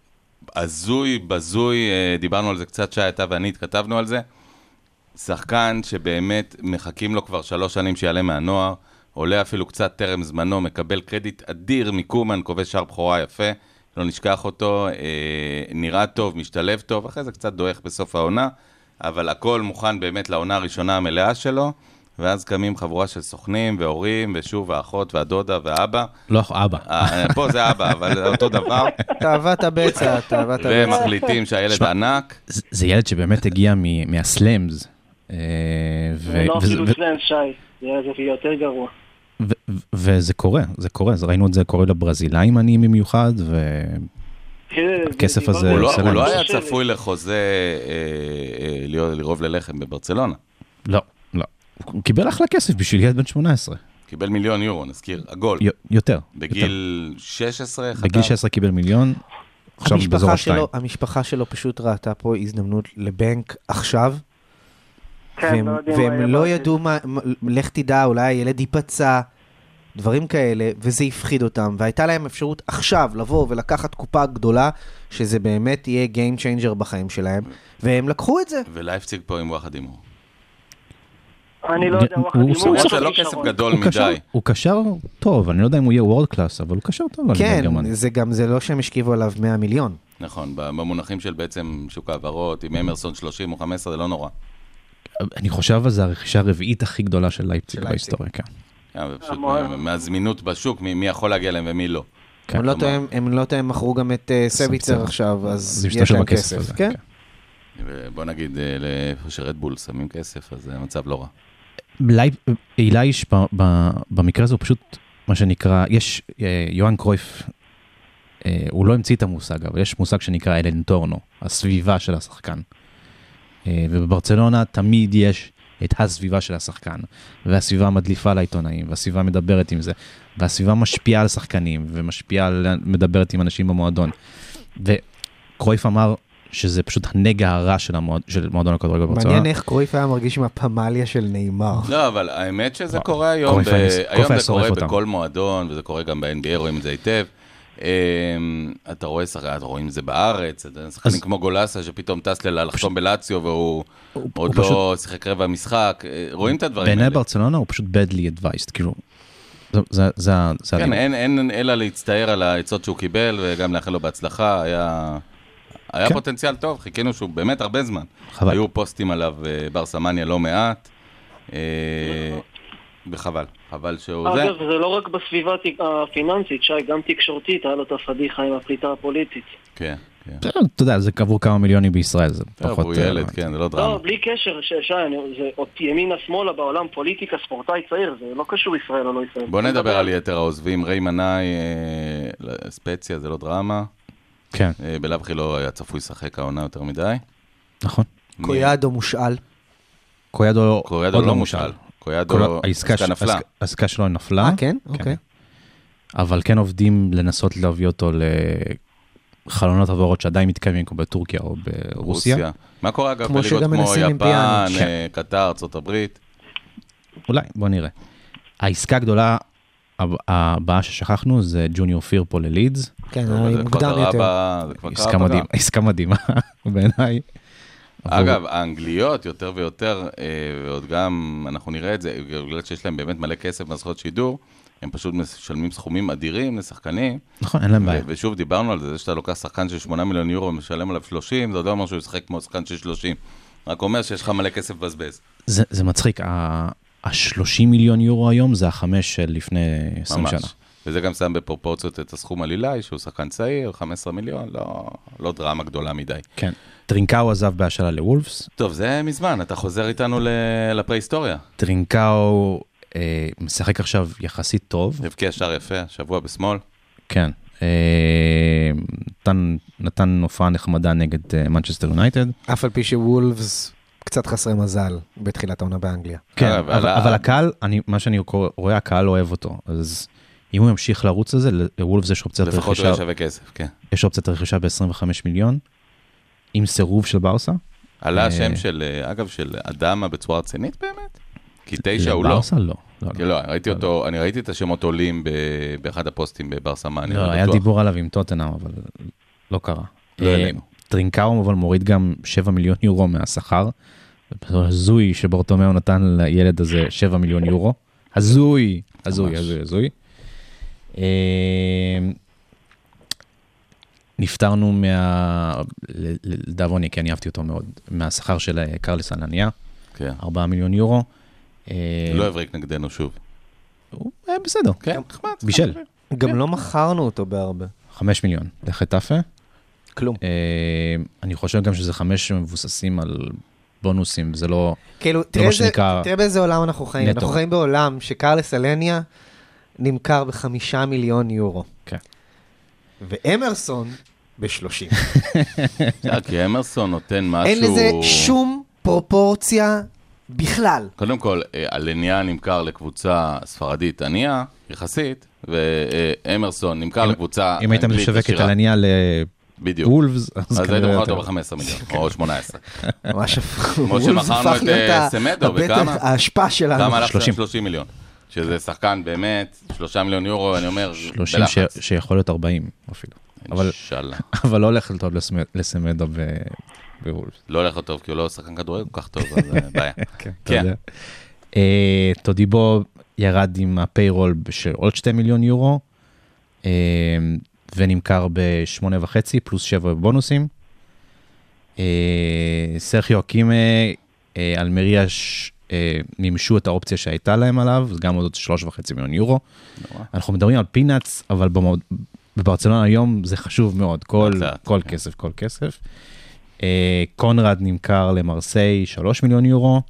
בזוי, דיברנו על זה קצת, שי, אתה ואני התכתבנו על זה, שחקן שבאמת מחכים לו כבר 3 שנים שיעלה מהנוער, עולה אפילו קצת טרם זמנו, מקבל קרדיט אדיר מקומן, כובש שער בכורה יפה, לא נשכח אותו, נראה טוב, משתלב טוב, אחרי זה קצת דועך בסוף העונה, אבל הכל מוכן באמת לעונה הראשונה המלאה שלו, ואז קמים חבורה של סוכנים והורים, ושוב האחות והדודה והאבא. לא, אבא. פה זה אבא, אבל אותו דבר. תאוות הבצע, תאוות הבצע. ומחליטים שהילד ענק. זה ילד שבאמת הגיע מהסלאמס. לא אפילו סלאמס, שי. זה יותר גרוע. וזה קורה, ראינו את זה קורה לברזילאים עניים במיוחד, הכסף הזה... הוא לא היה צפוי לחוזה לרוב ללחם בברצלונה. לא. הוא קיבל אחלה כסף בשביל ילד בן 18. קיבל 1 מיליון יורו, נזכיר, עגול. יותר. בגיל 16 חתם. בגיל 16 קיבל 1 מיליון. עכשיו באזור השתיים. המשפחה שלו פשוט ראתה פה הזדמנות לבנק עכשיו, כן, והם לא ידעו מה, לך תדע, אולי הילד ייפצע, דברים כאלה, וזה הפחיד אותם, והייתה להם אפשרות עכשיו לבוא ולקחת קופה גדולה, שזה באמת יהיה game changer בחיים שלהם, והם לקחו את זה. ולייפציג פה עם וואחד אימור. אני לא יודע, זה לא כסף גדול מדי. הוא קשר טוב, אני לא יודע אם הוא יהיה וורד קלאס, אבל הוא קשר טוב. כן, זה לא שהם השכיבו עליו 100 מיליון. נכון, במונחים של בעצם שוק העברות, עם אמרסון 30 או 15, זה לא נורא. אני חושב על זה הרכישה הרביעית הכי גדולה של לייפציג בהיסטוריה, כן. פשוט מהזמינות בשוק, מי יכול להגיע להם ומי לא. הם לא טועים, מכרו גם את סביצר עכשיו, אז יש להם כסף. כן. בוא נגיד, שרדבול שמים כסף, אז המצב לא רע. אילייש, במקרה הזה הוא פשוט, מה שנקרא, יש, יוהאן קרויף, הוא לא המציא את המושג, אבל יש מושג שנקרא אלנטורנו, הסביבה של השחקן. ובברצלונה תמיד יש את הסביבה של השחקן, והסביבה מדליפה לעיתונאים, והסביבה מדברת עם זה, והסביבה משפיעה על שחקנים, מדברת עם אנשים במועדון. וקרויף אמר שזה פשוט הנגע הרע של מועדון הכדורגל בברצלונה. מעניין איך קרויף היה מרגיש עם הפמליה של נאמר. לא, אבל האמת שזה קורה היום, היום זה קורה בכל מועדון, וזה קורה גם ב-NBA, רואים את זה היטב. אתה רואים את זה בארץ, שחקנים כמו גולסה שפתאום טס לחתום בלאציו והוא עוד לא שיחק רבע משחק, רואים את הדברים האלה. בעיני ברצלונה הוא פשוט badly advised, כאילו, זה כן, אין אלא להצטער על העצות שהוא קיבל וגם לאחל לו בהצלחה, היה פוטנציאל טוב, חיכינו שהוא באמת הרבה זמן. היו פוסטים עליו ברסמניה לא מעט, וחבל. חבל שהוא זה. אגב, זה לא רק בסביבה הפיננסית, שי, גם תקשורתית, היה לו את הפדיחה עם הפליטה הפוליטית. כן, כן. אתה יודע, זה קבור כמה מיליונים בישראל, זה פחות... הוא ילד, כן, זה לא דרמה. לא, בלי קשר, שי, זה עוד ימינה שמאלה בעולם, פוליטיקה, ספורטאי צעיר, זה לא קשור ישראל או לא ישראל. בוא נדבר על יתר העוזבים, ריי מנאי, ספציה, זה לא דרמה. כן. בלבחי לא היה צפוי שחק העונה יותר מדי. נכון. קויאדו מושאל. קויאדו לא מושאל. העסקה שלו נפלה. כן? אוקיי. אבל כן עובדים לנסות להביא אותו לחלונות עברות שעדיין מתקיימים כמו בטורקיה או ברוסיה. מה קורה אגב בליגות כמו יפן, קטר, ארצות הברית? אולי, בוא נראה. העסקה הגדולה הבאה ששכחנו זה ג'וניור פירפו ללידס. כן, מוקדם יותר. עסקה מדהימה בעיניי. אגב, האנגליות יותר ויותר, ועוד גם אנחנו נראה את זה, בגלל שיש להם באמת מלא כסף מהזכויות שידור, הם פשוט משלמים סכומים אדירים לשחקנים. נכון, אין להם בעיה. ושוב דיברנו על זה, שאתה לוקח שחקן של 8 מיליון יורו ומשלם עליו 30, זה עוד לא אומר שהוא ישחק כמו שחקן של 30. רק אומר שיש לך מלא כסף בזבז. זה מצחיק, ה-30 מיליון יורו היום זה ה5 של לפני 20 שנה. וזה גם שם בפרופורציות את הסכום על אילי, שהוא שחקן צעיר, 15 מיליון, לא דרמה גדולה מדי. כן. טרינקאו עזב בהשאלה לוולפס. טוב, זה מזמן, אתה חוזר איתנו לפרה-היסטוריה. טרינקאו משחק עכשיו יחסית טוב. הבקיע שער יפה, שבוע בשמאל. כן. נתן הופעה נחמדה נגד מנצ'סטר יונייטד. אף על פי שוולפס קצת חסרי מזל בתחילת העונה באנגליה. כן, אבל הקהל, מה שאני רואה, הקהל אוהב אותו. אז אם הוא ימשיך לרוץ הזה, לוולפס יש אופציית רכישה. לפחות הוא שווה כסף, כן. יש אופציית רכישה ב-25 מיליון, עם סירוב של ברסה. עלה השם של, אגב, של אדמה בצורה רצינית באמת? כי 9 הוא לא. לברסה לא. אני ראיתי את השמות עולים באחד הפוסטים בברסה מאני. לא, היה דיבור עליו עם טוטנהאם, אבל לא קרה. לא אלינו. טרינקאו אבל מוריד גם 7 מיליון יורו מהשכר. הזוי שברטומיאו נתן לילד הזה 7 מיליון יורו. הזוי. נפטרנו לדאבוני, כי אני אהבתי אותו מאוד, מהשכר של קרלס אנניה, 4 מיליון יורו. לא הבריק נגדנו שוב. הוא היה בסדר. כן, בישל. גם לא מכרנו אותו בהרבה. 5 מיליון לחטאפה. כלום. אני חושב גם שזה 5 שמבוססים על בונוסים, זה לא... כאילו, תראה באיזה עולם אנחנו חיים. אנחנו חיים בעולם שקרלס אנניה נמכר ב5 מיליון יורו. כן. ואמרסון ב30. כי אמרסון נותן משהו... אין לזה שום פרופורציה בכלל. קודם כל, אלניה נמכר לקבוצה ספרדית ענייה, יחסית, ואמרסון נמכר לקבוצה אם היית משווק את אלניה בדיוק. וולפס, אז הייתי מוכר אותו ב-15 מיליון, או 18. ממש כמו שמכרנו את סמדו, וכמה? ההשפעה שלנו. כמה הלך 30 מיליון. שזה שחקן באמת, 3 מיליון יורו, אני אומר, 30 שיכול להיות 40 אפילו. אבל לא הולך טוב לסמדו בוולפס. לא הולך טוב, כי הוא לא שחקן כדורגל כל כך טוב, אז זה בעיה. כן. טודיבו ירד עם הפיירול של עוד 2 מיליון יורו, ונמכר ב8.5 פלוס 7 בונוסים. סרחיו אקימה, אלמריה מימשו את האופציה שהייתה להם עליו, זה גם עוד 3.5 מיליון יורו. אנחנו מדברים על פינאץ, אבל בברצלונה היום זה חשוב מאוד, כל כסף. קונרד נמכר למרסיי 3 מיליון יורו.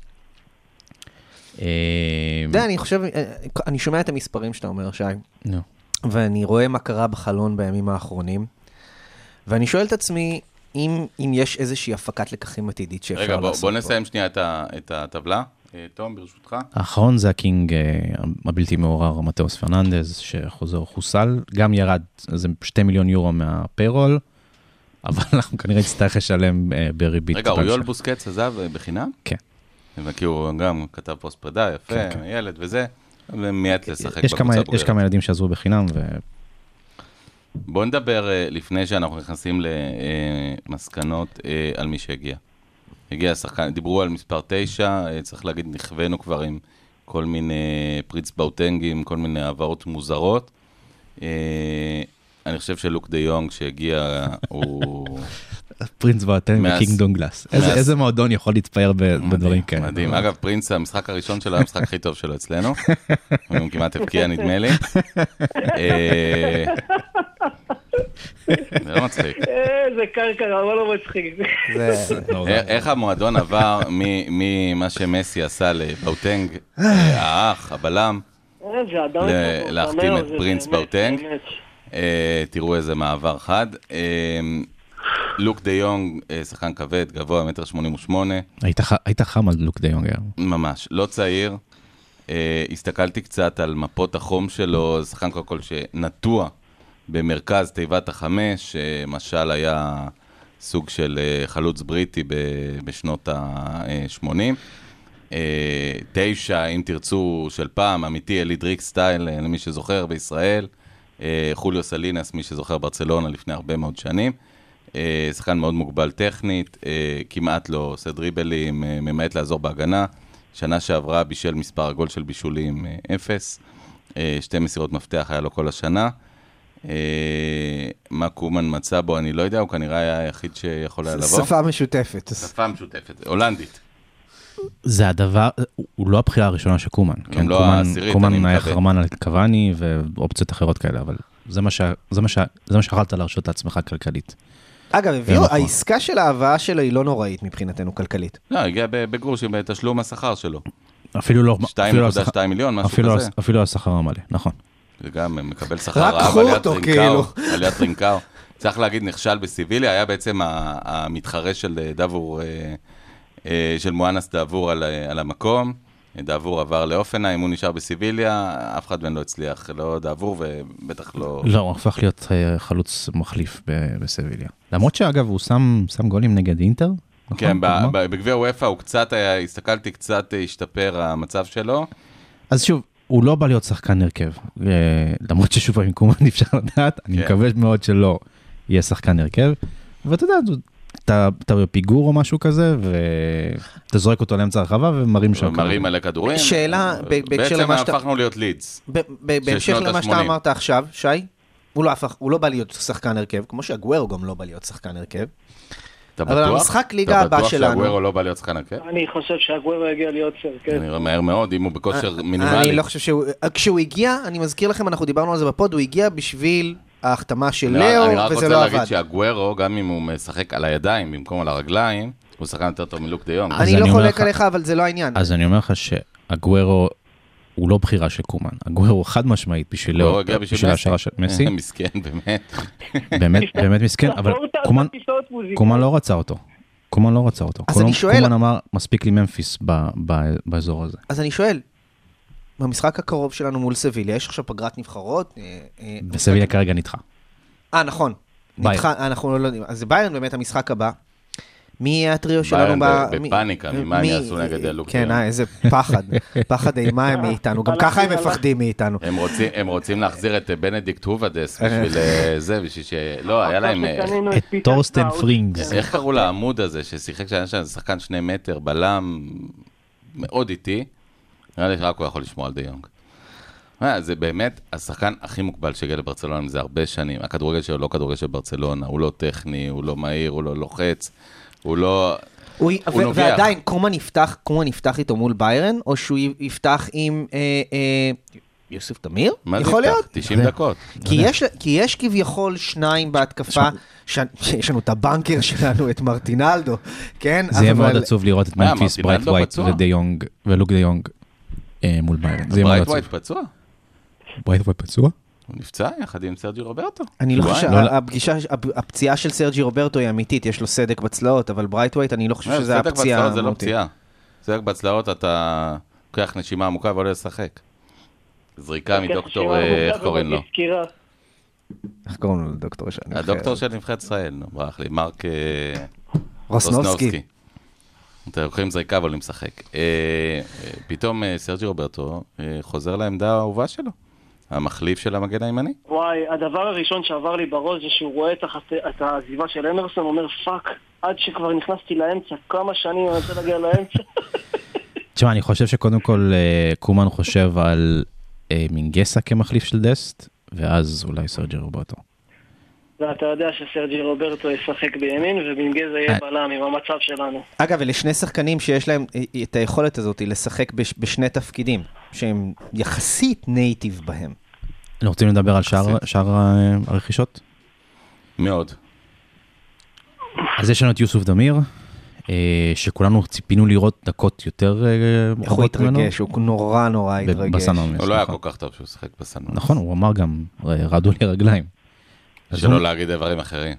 אני שומע את המספרים שאתה אומר, שי. ואני רואה מה קרה בחלון בימים האחרונים, ואני שואל את עצמי, אם יש איזושהי הפקת לקחים עתידית שאפשר לעשות פה. רגע, בוא נסיים שנייה את הטבלה. תום, ברשותך. האחרון זה הקינג הבלתי מעורר, מתאוס פרננדז, שחוזר חוסל, גם ירד, זה 2 מיליון יורו מהפיירול, אבל אנחנו כנראה נצטרך לשלם בריבית. רגע, אוריול בוסקץ עזב בחינם? כן. כי הוא גם כתב פוסט פרידה, יפה, ילד וזה, ומייד לשחק בקבוצה בוגרת. יש כמה ילדים שעזבו בחינם. בואו נדבר לפני שאנחנו נכנסים למסקנות על מי שהגיע. הגיע השחקן, דיברו על מספר 9, צריך להגיד, נכוונו כבר עם כל מיני פריץ באוטנגים, כל מיני העברות מוזרות. אני חושב שלוק דה יונג שהגיע הוא... פרינס באוטנג וקינג דונגלס. איזה מועדון יכול להתפאר בדברים כאלה? מדהים. אגב, פרינס, המשחק הראשון שלו, המשחק הכי טוב שלו אצלנו. הוא כמעט הבקיע, נדמה לי. זה לא מצחיק. זה קרקע, אבל לא מצחיק. איך המועדון עבר ממה שמסי עשה לבאוטנג, האח, הבלם, להחתים את פרינס באוטנג. תראו איזה מעבר חד. לוק דה יונג, שחקן כבד, גבוה, 1.88 מטר. היית חם על לוק דה יונג. ממש, לא צעיר. הסתכלתי קצת על מפות החום שלו, שחקן כל שנטוע במרכז תיבת החמש, משל היה סוג של חלוץ בריטי בשנות ה-80. 9, אם תרצו, של פעם, אמיתי, אלי דריק סטייל, למי שזוכר בישראל. חוליו סלינס, מי שזוכר ברצלונה לפני הרבה מאוד שנים. שחקן מאוד מוגבל טכנית, כמעט לא עושה דריבלים, ממעט לעזור בהגנה. שנה שעברה בישל מספר הגול של בישולים 0. 2 מסירות מפתח היה לו כל השנה. מה קומן מצא בו, אני לא יודע, הוא כנראה היה היחיד שיכול היה לבוא. שפה משותפת. שפה משותפת, הולנדית. זה הדבר, הוא לא הבחירה הראשונה של קומן. גם לא העשירית, קומן היה חרמן על קוואני ואופציות אחרות כאלה, אבל זה מה שיכולת להרשות את עצמך כלכלית. אגב, העסקה של ההבאה שלו היא לא נוראית מבחינתנו כלכלית. לא, הגיע בגרושים, בתשלום השכר שלו. אפילו לא... 2.2 מיליון, משהו כזה. אפילו השכר המלא, נכון. וגם מקבל שכר רק קחו אותו, כאילו. עליית רינקאו. צריך להגיד, נכשל בסיביליה, היה בעצם המתחרה של דבור, של מואנס דבור על המקום. דבור עבר לאופנה, אם הוא נשאר בסיביליה, אף אחד לא הצליח, לא דבור ובטח לא... לא, הוא הפך להיות חלוץ מחליף בסיביליה. למרות שאגב, הוא שם גולים נגד אינטר. כן, בגביע וופא הוא קצת היה, הסתכלתי קצת, השתפר המצב שלו. אז שוב, הוא לא בא להיות שחקן הרכב. למרות ששוב, עם קומן אפשר לדעת, אני מקווה מאוד שלא יהיה שחקן הרכב. ואתה יודע, אתה בפיגור או משהו כזה, ואתה זורק אותו לאמצע הרחבה, ומרים שם. מרים עלי כדורים. שאלה, בעצם הפכנו להיות לידס. בהמשך למה שאתה אמרת עכשיו, שי, הוא לא בא להיות שחקן הרכב, כמו שהגוארו גם לא בא להיות שחקן הרכב. אבל המשחק ליגה הבא שלנו... אתה בטוח שהגוארו לא בא להיות שחקן הרכב? אני חושב שהגוארו יגיע להיות הרכב. אני רואה מהר מאוד, אם הוא בכושר מינימלי. אני לא חושב שהוא... כשהוא הגיע, אני מזכיר לכם, אנחנו דיברנו על זה בפוד, הוא הגיע בשביל ההחתמה של לאו, וזה לא עבד. אני רק רוצה להגיד שהגוארו, גם אם הוא משחק על הידיים במקום על הרגליים, הוא שחקן יותר טוב מלוק דה יונג. אני לא חולק עליך, אבל זה לא העניין. אז אני אומר לך שהגוארו הוא לא בחירה של קומן. הגוארו חד משמעית בשביל השארה של מסי. מסכן, באמת. באמת מסכן, אבל קומן לא רצה אותו. קומן לא רצה אותו. קומן אמר, מספיק לי ממפיס באזור הזה. אז אני שואל, במשחק הקרוב שלנו מול סביליה, יש עכשיו פגרת נבחרות? בסביליה כרגע נדחה. נכון. אנחנו לא יודעים. אז ביירן באמת המשחק הבא. מי יהיה הטריו שלנו? ביירן בפאניקה, ממה הם יעשו נגד לוק דה יונג. כן, איזה פחד. פחד אימה הם מאיתנו. גם ככה הם מפחדים מאיתנו. הם רוצים להחזיר את בנדיקט הובדס בשביל זה, בשביל ש... לא, היה להם... את טורסטן פרינגס. איך קראו לעמוד הזה ששיחק שהיה שם, שחקן 2 מטר, בלם מאוד איטי. נראה לי שרק הוא יכול לשמוע על דה יונג. זה באמת השחקן הכי מוקבל שהגיע לברצלונה זה הרבה שנים. הכדורגל שלו לא כדורגל של ברצלונה, הוא לא טכני, הוא לא מהיר, הוא לא לוחץ, הוא לא... ועדיין, קומן יפתח איתו מול ביירן, או שהוא יפתח עם יוסף תמיר? מה זה יפתח? 90 דקות. כי יש כביכול 2 בהתקפה, שיש לנו את הבנקר שלנו, את מרטינלדו, כן? זה יהיה מאוד עצוב לראות את ממפיס, ברייט ווייט ולוק דה יונג מול ביירן. ברייט ווייט פצוע? ברייט ווייט פצוע? הוא נפצע יחד עם סרג'י רוברטו. אני לא חושב, הפציעה של סרג'י רוברטו היא אמיתית, יש לו סדק בצלעות, אבל ברייט ווייט אני לא חושב שזה הפציעה. סדק בצלעות זה לא פציעה. סדק בצלעות אתה לוקח נשימה עמוקה ועולה לשחק. זריקה מדוקטור, איך קוראים לו? איך קוראים לו לדוקטור? הדוקטור של נבחרת ישראל, ברח לי, מרק רוסנובסקי. אתם לוקחים זריקה ועולים לשחק. פתאום סרג'י רוברטו חוזר לעמדה האהובה שלו. המחליף של המגן הימני? וואי, הדבר הראשון שעבר לי בראש זה שהוא רואה את העזיבה של אמרסון, אומר פאק, עד שכבר נכנסתי לאמצע, כמה שנים אני רוצה להגיע לאמצע. תשמע, אני חושב שקודם כל קומן חושב על מינגסה כמחליף של דסט, ואז אולי סרג'י רוברטו. ואתה יודע שסרג'י רוברטו ישחק בימין, ומינגסה יהיה בלם עם המצב שלנו. אגב, אלה 2 שחקנים שיש להם את היכולת הזאת לשחק בשני תפקידים, שהם יחסית נייטיב בהם. רוצים לדבר על שאר הרכישות? מאוד. אז יש לנו את יוסוף דמיר, שכולנו ציפינו לראות דקות יותר איך הוא התרגש, הוא נורא התרגש. הוא לא היה כל כך טוב שהוא שחק בסנונס. נכון, הוא אמר גם, רעדו לי רגליים. שלא להגיד דברים אחרים.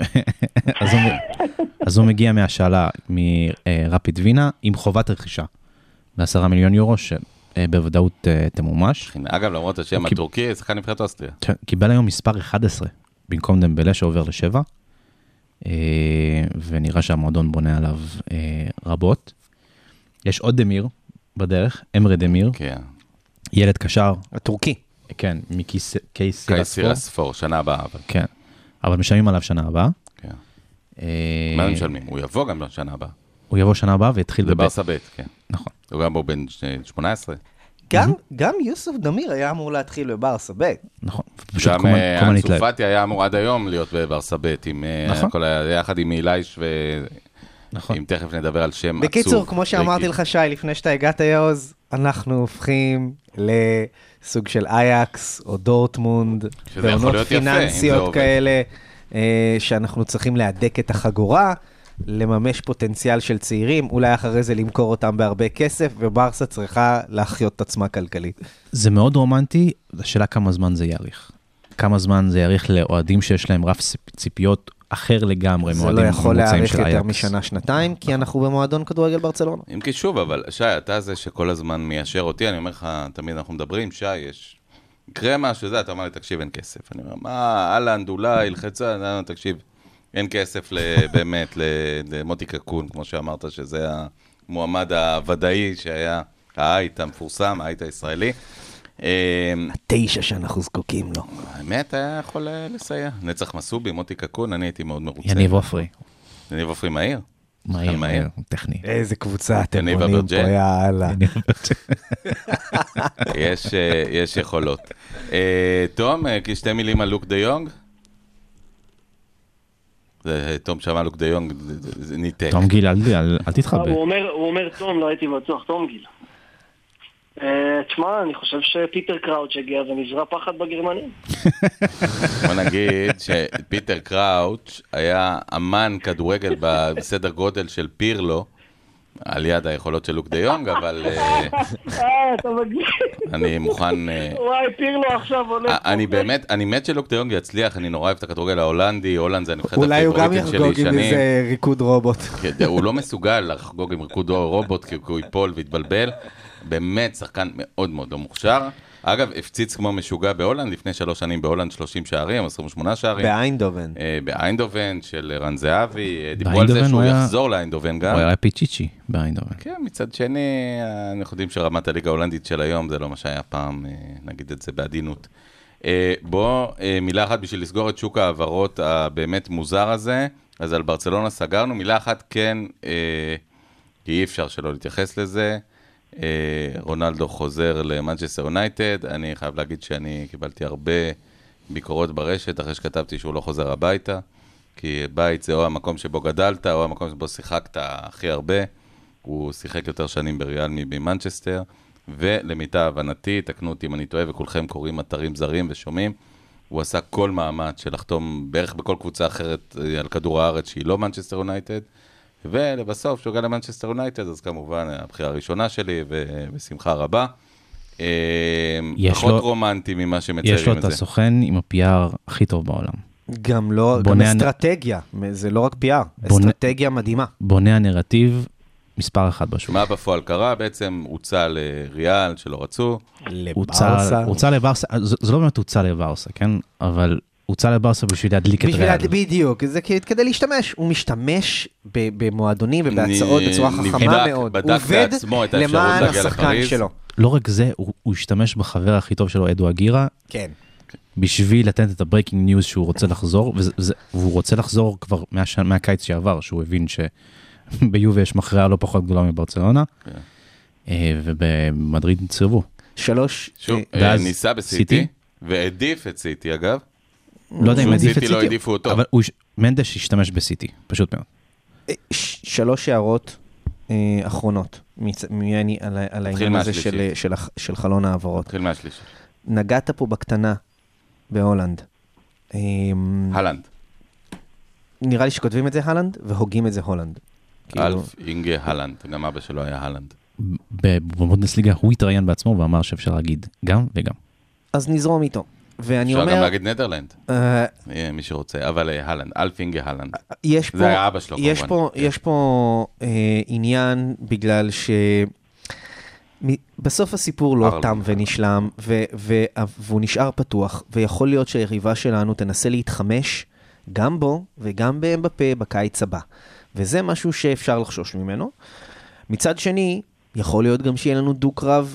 אז הוא מגיע מהשאלה מרפיד וינה עם חובת רכישה. ב10 מיליון יורו שבוודאות תמומש. אגב, למרות השם הטורקי, שחקן נבחרת אוסטריה. קיבל היום מספר 11, במקום דמבלה שעובר ל7, ונראה שהמועדון בונה עליו רבות. יש עוד דמיר בדרך, אמרי דמיר. כן. ילד קשר. הטורקי. כן, מקייסיר הספור, שנה הבאה. כן, אבל משלמים עליו שנה הבאה. כן. מה הם משלמים? הוא יבוא גם שנה הבאה. הוא יבוא שנה הבאה והתחיל בבית. זה ברסה בית, כן. נכון. הוא גם בו בן 18. גם יוסוף דמיר היה אמור להתחיל בברסה בית. נכון. גם אנסופטי היה אמור עד היום להיות בברסה בית, יחד עם אילייש אם תכף נדבר על שם עצוב. בקיצור, כמו שאמרתי לך שי, לפני שאתה הגעת יעוז, אנחנו הופכים לסוג של אייקס או דורטמונד, בעונות פיננסיות כאלה, שאנחנו צריכים להדק את החגורה, לממש פוטנציאל של צעירים, אולי אחרי זה למכור אותם בהרבה כסף, וברסה צריכה להחיות את עצמה כלכלית. זה מאוד רומנטי, השאלה כמה זמן זה יאריך. כמה זמן זה יאריך לאוהדים שיש להם רף ציפיות אחר לגמרי. זה לא יכול להאריך יותר משנה, שנתיים, כי אנחנו במועדון כדורגל ברצלונה. אם כי שוב, אבל שי, אתה זה שכל הזמן מיישר אותי, אני אומר לך, תמיד אנחנו מדברים, שי, יש... יקרה משהו, זה, אתה אומר לי, תקשיב, אין כסף. אני אומר, מה, אלנד, אולי, ילחצה, תקשיב, אין כסף באמת למוטי קקון, כמו שאמרת, שזה המועמד הוודאי שהיה האייט המפורסם, האייט הישראלי. 9 שאנחנו זקוקים לו. האמת היה יכול לסייע. נצח מסובי, מוטי קקון, אני הייתי מאוד מרוצה. יניב עופרי. יניב עופרי מהיר? מהיר, טכני. איזה קבוצה אתם בונים פה, יאללה. יש יכולות. תום, 2 מילים על לוק דה יונג? תום שמע לוק דה יונג, ניתק. תום גיל, אל תתחבא. הוא אומר תום, לא הייתי בטוח, תום גיל. תשמע, אני חושב שפיטר קראוץ' הגיע ונזרע פחד בגרמנים. בוא נגיד שפיטר קראוץ' היה אמן כדורגל בסדר גודל של פירלו, על יד היכולות של לוק דה יונג, אבל... אתה מגיע. אני מוכן... וואי, פירלו עכשיו עולה. אני מת שלוק דה יונג יצליח, אני נורא אוהב את הכדורגל ההולנדי, הולנד זה הנבחרת אולי הוא גם יחגוג עם איזה ריקוד רובוט. הוא לא מסוגל לחגוג עם ריקוד רובוט, כי הוא ייפול ויתבלבל. באמת שחקן מאוד מאוד לא מוכשר. אגב, הפציץ כמו משוגע בהולנד, לפני 3 שנים בהולנד 30 שערים, 28 שערים. באיינדובן. באיינדובן של רן זהבי, דיברו על זה שהוא יחזור לאיינדובן גם. הוא היה פיצ'יצ'י באיינדובן. כן, מצד שני, אנחנו יודעים שרמת הליגה ההולנדית של היום, זה לא מה שהיה פעם, נגיד את זה בעדינות. בוא, מילה אחת בשביל לסגור את שוק העברות הבאמת מוזר הזה, אז על ברצלונה סגרנו, מילה אחת כן, כי אי אפשר שלא להתייחס לזה, רונלדו חוזר למנצ'סטר יונייטד, אני חייב להגיד שאני קיבלתי הרבה ביקורות ברשת, אחרי שכתבתי שהוא לא חוזר הביתה, כי בית זה או המקום שבו גדלת, או המקום שבו שיחקת הכי הרבה, הוא שיחק יותר שנים בריאל ממנצ'סטר, ולמיטב הבנתי, תקנו אותי אם אני טועה, וכולכם קוראים אתרים זרים ושומעים, הוא עשה כל מאמץ של לחתום בערך בכל קבוצה אחרת על כדור הארץ שהיא לא מנצ'סטר יונייטד, ולבסוף, כשהוא גע למנצ'סטר יונייטד, אז כמובן, הבחירה הראשונה שלי, ובשמחה רבה. פחות רומנטי ממה שמציירים את זה. יש לו את הסוכן עם ה-PR הכי טוב בעולם. גם לא, גם אסטרטגיה. זה לא רק PR, אסטרטגיה מדהימה. בונה הנרטיב, מספר 1 בשוק. מה בפועל קרה? בעצם הוצא לריאל, שלא רצו. לברסה. הוצא לברסה, זה לא באמת הוצא לברסה, כן? אבל... הוצא לברסה בשביל להדליק את ריאל. בדיוק, זה כדי להשתמש. הוא משתמש במועדונים ובהצעות בצורה חכמה מאוד. הוא עובד למען השחקן שלו. לא רק זה, הוא השתמש בחבר הכי טוב שלו, אדו אגירה, כן. בשביל לתת את הברייקינג ניוז שהוא רוצה לחזור, והוא רוצה לחזור כבר מהקיץ שעבר, שהוא הבין שביובה יש מכריעה לא פחות גדולה מברצלונה, ובמדריד צירבו. 3. שוב, ניסה בסיטי, והעדיף את סיטי אגב. לא יודע אם עדיף את סיטי, סיטי, לא העדיפו אותו. אבל מנדש השתמש בסיטי, פשוט מאוד. 3 הערות אחרונות על העניין הזה של חלון העברות. נתחיל מהשלישי. נגעת פה בקטנה בהולנד. הלנד. נראה לי שכותבים את זה הלנד והוגים את זה הולנד. אלף אינגה הלנד, גם אבא שלו היה הלנד. בבונדסליגה הוא התראיין בעצמו ואמר שאפשר להגיד גם וגם. אז נזרום איתו. אפשר גם להגיד נדרלנד, מי שרוצה, אבל הלנד, אלפינגה הלנד. זה היה אבא שלו כמובן. יש פה עניין בגלל שבסוף הסיפור לא תם ונשלם, והוא נשאר פתוח, ויכול להיות שהיריבה שלנו תנסה להתחמש גם בו וגם באמבפה בקיץ הבא. וזה משהו שאפשר לחשוש ממנו. מצד שני, יכול להיות גם שיהיה לנו דו-קרב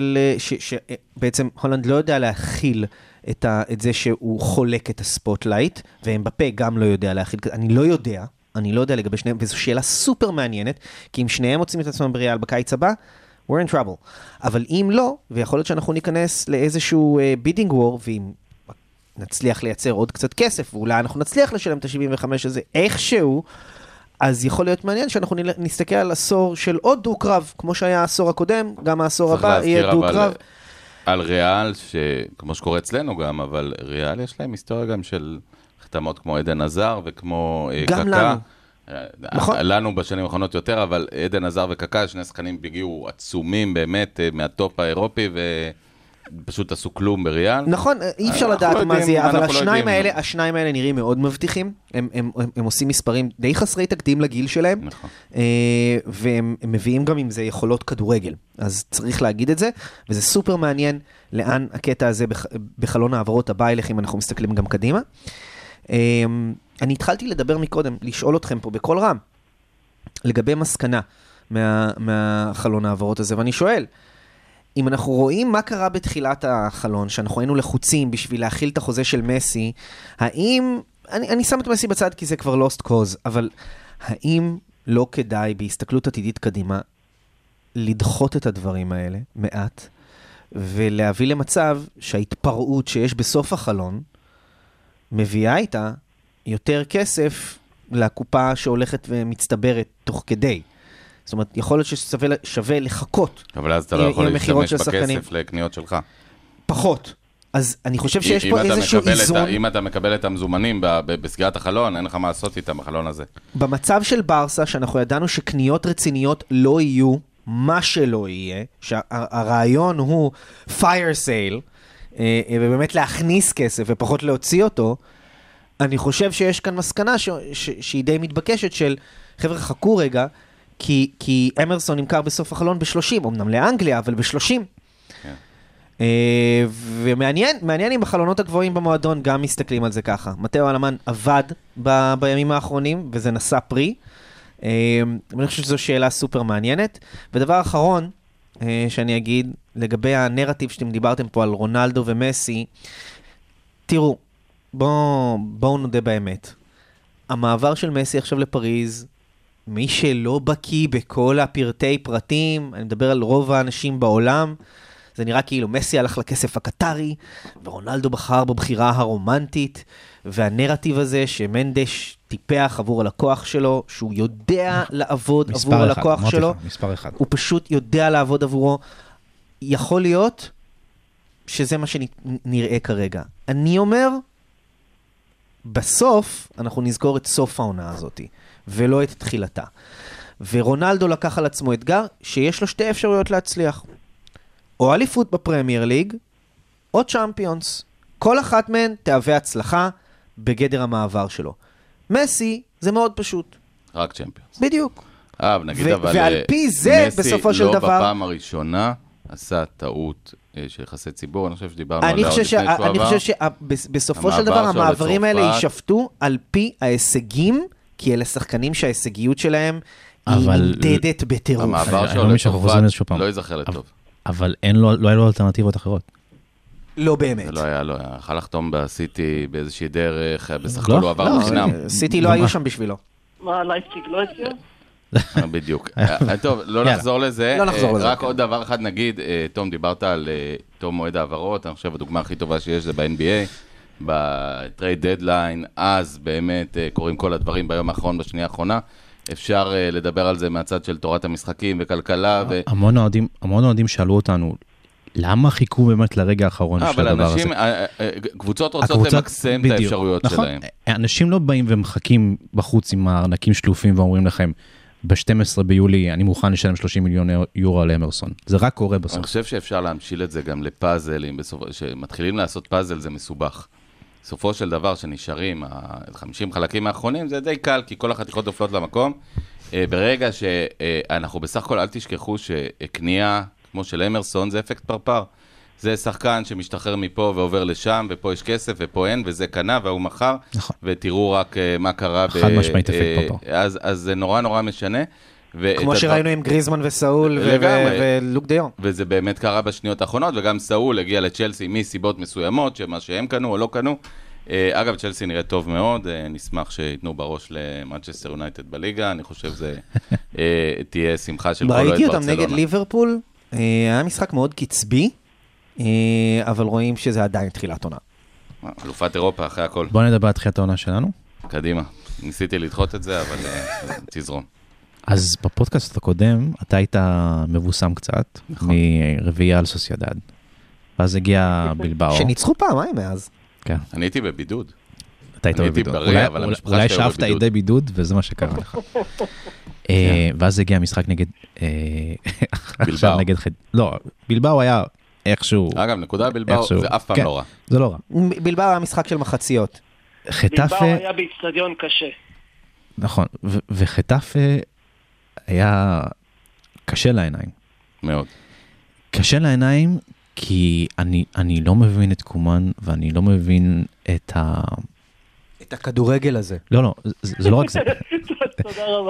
שבעצם הולנד לא יודע להכיל את זה שהוא חולק את הספוטלייט, ואמבפה גם לא יודע להכיל, אני לא יודע לגבי שניהם, וזו שאלה סופר מעניינת, כי אם שניהם מוצאים את עצמם בריאל בקיץ הבא, we're in trouble. אבל אם לא, ויכול להיות שאנחנו ניכנס לאיזשהו bidding war, ואם נצליח לייצר עוד קצת כסף, ואולי אנחנו נצליח לשלם את ה-75 הזה איכשהו, אז יכול להיות מעניין שאנחנו נסתכל על עשור של עוד דו-קרב, כמו שהיה העשור הקודם, גם העשור הבא יהיה דו-קרב. על ריאל, כמו שקורה אצלנו גם, אבל ריאל יש להם היסטוריה גם של חתמות כמו עדן עזר וכמו קקה. גם לנו. נכון. לנו בשנים האחרונות יותר, אבל עדן עזר וקקה, שני שחקנים הגיעו עצומים באמת מהטופ האירופי, ופשוט עשו כלום בריאל. נכון, אי אפשר לדעת מה זה יהיה, אבל השניים האלה נראים מאוד מבטיחים, הם עושים מספרים די חסרי תקדים לגיל שלהם, והם מביאים גם עם זה יכולות כדורגל, אז צריך להגיד את זה, וזה סופר מעניין לאן הקטע הזה בחלון העברות הבא אליך, אם אנחנו מסתכלים גם קדימה. אני התחלתי לדבר מקודם, לשאול אתכם פה בכל רם, לגבי מסקנה מהחלון העברות הזה, ואני שואל, אם אנחנו רואים מה קרה בתחילת החלון, שאנחנו היינו לחוצים בשביל להכיל את החוזה של מסי, האם, אני שם את מסי בצד כי זה כבר lost cause, אבל האם לא כדאי בהסתכלות עתידית קדימה, לדחות את הדברים האלה מעט, ולהביא למצב שההתפרעות שיש בסוף החלון, מביאה איתה יותר כסף לקופה שהולכת ומצטברת תוך כדי. זאת אומרת, יכול להיות ששווה לחכות. אבל אז אתה לא יכול להשתמש בכסף לקניות שלך. פחות. אז אני חושב שיש פה איזשהו איזון. אם אתה מקבל את המזומנים בסגירת החלון, אין לך מה לעשות איתם בחלון הזה. במצב של ברסה, שאנחנו ידענו שקניות רציניות לא יהיו, מה שלא יהיה, שהרעיון הוא fire sale, ובאמת להכניס כסף ופחות להוציא אותו, אני חושב שיש כאן מסקנה שהיא די מתבקשת של, חבר'ה, חכו רגע, כי אמרסון נמכר בסוף החלון ב-30, אמנם לאנגליה, אבל ב-30. ומעניין אם בחלונות הגבוהים במועדון גם מסתכלים על זה ככה. מתאו אלמן עבד בימים האחרונים, וזה נשא פרי. אני חושב שזו שאלה סופר מעניינת. ודבר אחרון שאני אגיד, לגבי הנרטיב שאתם דיברתם פה על רונלדו ומסי, תראו, בואו נודה באמת. המעבר של מסי עכשיו לפריז, מי שלא בקיא בכל הפרטי פרטים, אני מדבר על רוב האנשים בעולם, זה נראה כאילו מסי הלך לכסף הקטרי, ורונלדו בחר בבחירה הרומנטית, והנרטיב הזה שמנדש טיפח עבור הלקוח שלו, שהוא יודע לעבוד עבור הלקוח שלו, הוא פשוט יודע לעבוד עבורו. יכול להיות שזה מה שנראה כרגע. אני אומר, בסוף אנחנו נזכור את סוף העונה הזאת, ולא את תחילתה. ורונלדו לקח על עצמו אתגר שיש לו שתי אפשרויות להצליח. או אליפות בפרמייר ליג, או צ'אמפיונס. כל אחת מהן תהווה הצלחה בגדר המעבר שלו. מסי זה מאוד פשוט. רק צ'אמפיונס. בדיוק. נגיד אבל ועל פי זה בסופו של דבר... מסי לא בפעם הראשונה עשה טעות של יחסי ציבור, אני חושב שדיברנו עליה עוד לפני שהוא עבר. אני חושב שבסופו של דבר המעברים האלה יישפטו על פי ההישגים, כי אלה שחקנים שההישגיות שלהם היא נמדדת בטירוף. המעבר שלו לצרפת לא ייזכר לטוב. אבל לא היה לו אלטרנטיבות אחרות. לא באמת. זה לא היה, יכול לחתום בסיטי באיזושהי דרך, בסך הכל הוא עבר בחינם. סיטי לא היו שם בשבילו. מה, לייפציג לא הציע? בדיוק. טוב, לא נחזור לזה. רק עוד דבר אחד נגיד, תום, דיברת על תום מועד העברות, אני חושב הדוגמה הכי טובה שיש זה ב-NBA, בטרייד דדליין, אז באמת קוראים כל הדברים ביום האחרון, בשנייה האחרונה, אפשר לדבר על זה מהצד של תורת המשחקים וכלכלה. המון אוהדים שאלו אותנו, למה חיכו באמת לרגע האחרון של הדבר הזה? קבוצות רוצות למקסם את האפשרויות שלהם. אנשים לא באים ומחכים בחוץ עם הארנקים שלופים ואומרים לכם, ב-12 ביולי אני מוכן לשלם 30 מיליון יורו על אמרסון. זה רק קורה בסוף. אני חושב שאפשר להמשיל את זה גם לפאזלים, שמתחילים לעשות פאזל זה מסובך. בסופו של דבר שנשארים, 50 חלקים האחרונים, זה די קל, כי כל החתיכות נופלות למקום. ברגע שאנחנו בסך הכל, אל תשכחו שקנייה, כמו של אמרסון, זה אפקט פרפר. זה שחקן שמשתחרר מפה ועובר לשם, ופה יש כסף, ופה אין, וזה קנה, והוא מחר, ותראו רק מה קרה. חד משמעית אפקט פרפר. אז זה נורא נורא משנה. כמו שראינו עם גריזמן וסאול ולוק דיון. וזה באמת קרה בשניות האחרונות, וגם סאול הגיע לצ'לסי מסיבות מסוימות, שמה שהם קנו או לא קנו. אגב, צ'לסי נראה טוב מאוד, נשמח שיתנו בראש למנצ'סטר יונייטד בליגה, אני חושב שזה תהיה שמחה של כל אוהד ברצלונה. ראיתי אותם נגד ליברפול, היה משחק מאוד קצבי, אבל רואים שזה עדיין תחילת עונה. אלופת אירופה אחרי הכל. בוא נדבר על תחילת העונה שלנו. קדימה, ניסיתי לדחות את זה, אבל תזרום. אז בפודקאסט הקודם, אתה היית מבוסם קצת, מרביעייה על סוסיידד. ואז הגיע בלבאו. שניצחו פעמיים מאז. כן. אני הייתי בבידוד. אתה היית בבידוד. אולי שאפת ידי בידוד, וזה מה שקרה לך. ואז הגיע המשחק נגד... בלבאו. לא, בלבאו היה איכשהו... אגב, נקודה בלבאו זה אף פעם לא רע. זה לא רע. בלבאו היה משחק של מחציות. בלבאו היה באצטדיון קשה. נכון, וחטאפה היה קשה לעיניים. מאוד. קשה לעיניים, כי אני לא מבין את קומן, ואני לא מבין את הכדורגל הזה. לא, זה לא רק זה. תודה רבה.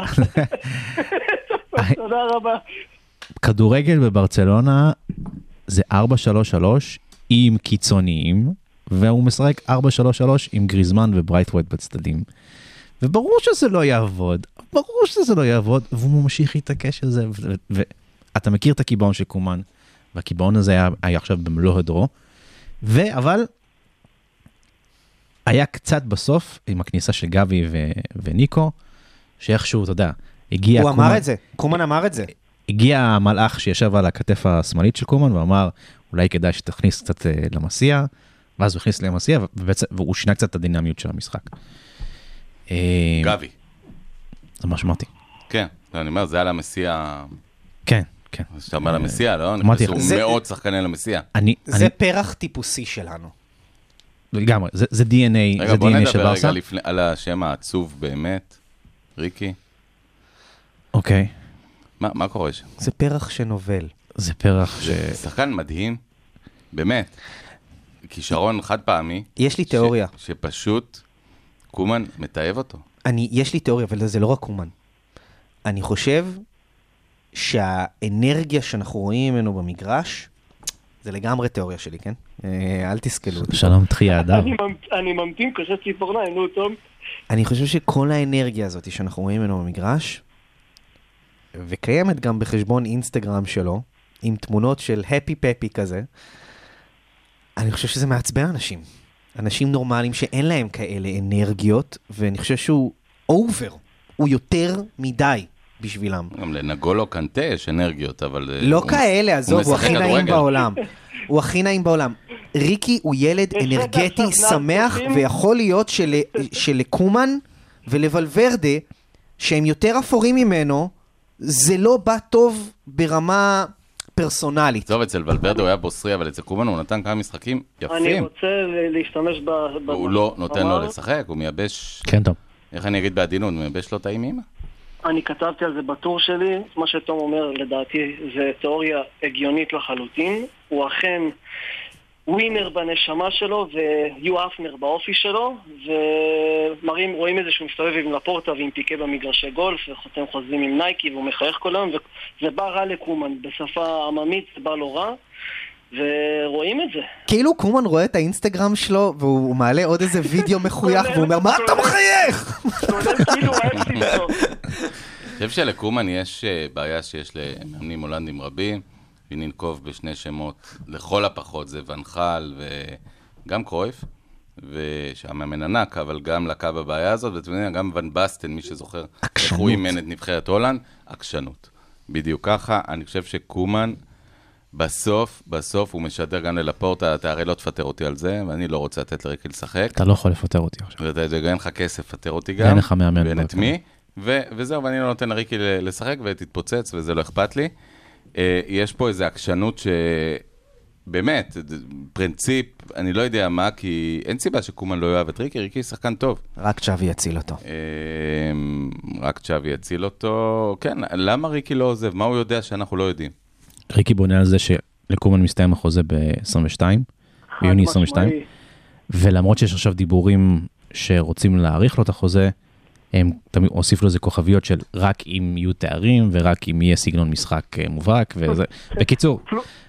תודה רבה. כדורגל בברצלונה זה 4-3-3 עם קיצוניים, והוא משחק 4-3-3 עם גריזמן וברייטווייט בצדדים. וברור שזה לא יעבוד, והוא ממשיך להתעקש על זה, ואתה מכיר את הקיבעון של קומן, והקיבעון הזה היה עכשיו במלוא הדרו, אבל היה קצת בסוף, עם הכניסה של גבי וניקו, שאיכשהו, אתה יודע, הגיע הוא אמר את זה, קומן אמר את זה. הגיע המלאך שישב על הכתף השמאלית של קומן, ואמר, אולי כדאי שתכניס קצת למסיע, ואז הוא הכניס למסיע, והוא שינה קצת את הדינמיות של המשחק. גבי. זה מה שאמרתי. כן, אני אומר, זה היה למסיע... כן, כן. אז שאתה אומר למסיע, לא? נכנסו מאות שחקני למסיע. זה פרח טיפוסי שלנו. לגמרי, זה DNA, רגע, בוא נדבר רגע על השם העצוב באמת, ריקי. אוקיי. מה קורה שם? זה פרח שנובל. זה פרח שחקן מדהים, באמת. כישרון חד פעמי. יש לי תיאוריה. שפשוט קומן מתאהב אותו. יש לי תיאוריה, אבל זה לא רק קומן. אני חושב שהאנרגיה שאנחנו רואים ממנו במגרש, זה לגמרי תיאוריה שלי, כן? אל תסכלו. שלום תחייה אדם. אני ממתין קשה ציפורניים, נו תום. אני חושב שכל האנרגיה הזאת שאנחנו רואים ממנו במגרש, וקיימת גם בחשבון אינסטגרם שלו, עם תמונות של הפי פפי כזה, אני חושב שזה מעצבן אנשים. אנשים נורמליים שאין להם כאלה אנרגיות, ואני חושב שהוא אובר, הוא יותר מדי בשבילם. גם לנגולו קנטה יש אנרגיות, אבל... לא כאלה, עזוב, הוא הכי נעים בעולם. הוא הכי נעים בעולם. ריקי הוא ילד אנרגטי, שמח, ויכול להיות שלקומן ולוולברדה, שהם יותר אפורים ממנו, זה לא בא טוב ברמה פרסונלית. טוב, אצל ולברדה הוא היה בוסרי, אבל אצל קומן הוא נתן כמה משחקים יפים. אני רוצה להשתמש הוא לא נותן לו לשחק, הוא מייבש... כן, טוב. איך אני אגיד בעדינות, הוא מייבש לו את האימים? אני כתבתי על זה בטור שלי, מה שתום אומר לדעתי זה תיאוריה הגיונית לחלוטין, הוא אכן ווינר בנשמה שלו ויואפנר באופי שלו, רואים איזה שהוא מסתובב עם לפורטה ועם פיקה במגרשי גולף וחותם חוזים עם נייקי והוא מחייך כל היום, וזה בא רע לקומן, בשפה עממית זה בא לו רע, ורואים את זה. כאילו קומן רואה את האינסטגרם שלו והוא מעלה עוד איזה וידאו מחוייך והוא אומר, מה אתה מחייך? אני חושב שלקומן יש בעיה שיש למאמנים הולנדים רבים, וננקוב בשני שמות, לכל הפחות זה ונחל וגם קרויף, ושהמאמן ענק, אבל גם לקה בבעיה הזאת, ואתם יודעים, גם ון בסטן, מי שזוכר, איך הוא אימן את נבחרת הולנד, עקשנות. בדיוק ככה, אני חושב שקומן, בסוף הוא משדר גם ללפורטה, אתה הרי לא תפטר אותי על זה, ואני לא רוצה לתת לריקי לשחק. אתה לא יכול לפטר אותי עכשיו. ואין לך כסף, פטר אותי גם. ואין לך מאמן. ואין את מי, וזהו, ואני לא נותן לריקי לשחק, ותתפוצץ, וזה לא אכפת לי. יש פה איזו עקשנות שבאמת, פרינציפ, אני לא יודע מה, כי אין סיבה שקומן לא יאהב את ריקי, ריקי שחקן טוב. רק צ'אבי יציל אותו. רק צ'אבי יציל אותו, כן, למה ריקי לא עוזב? מה הוא יודע שאנחנו לא יודעים? ריקי בונה על זה שלקומן מסתיים החוזה ב-22, ביוני 22, ולמרות שיש עכשיו דיבורים שרוצים להאריך לו את החוזה, הם תמיד הוסיף לו איזה כוכביות של רק אם יהיו תארים, ורק אם יהיה סגנון משחק מובהק, וזה, בקיצור,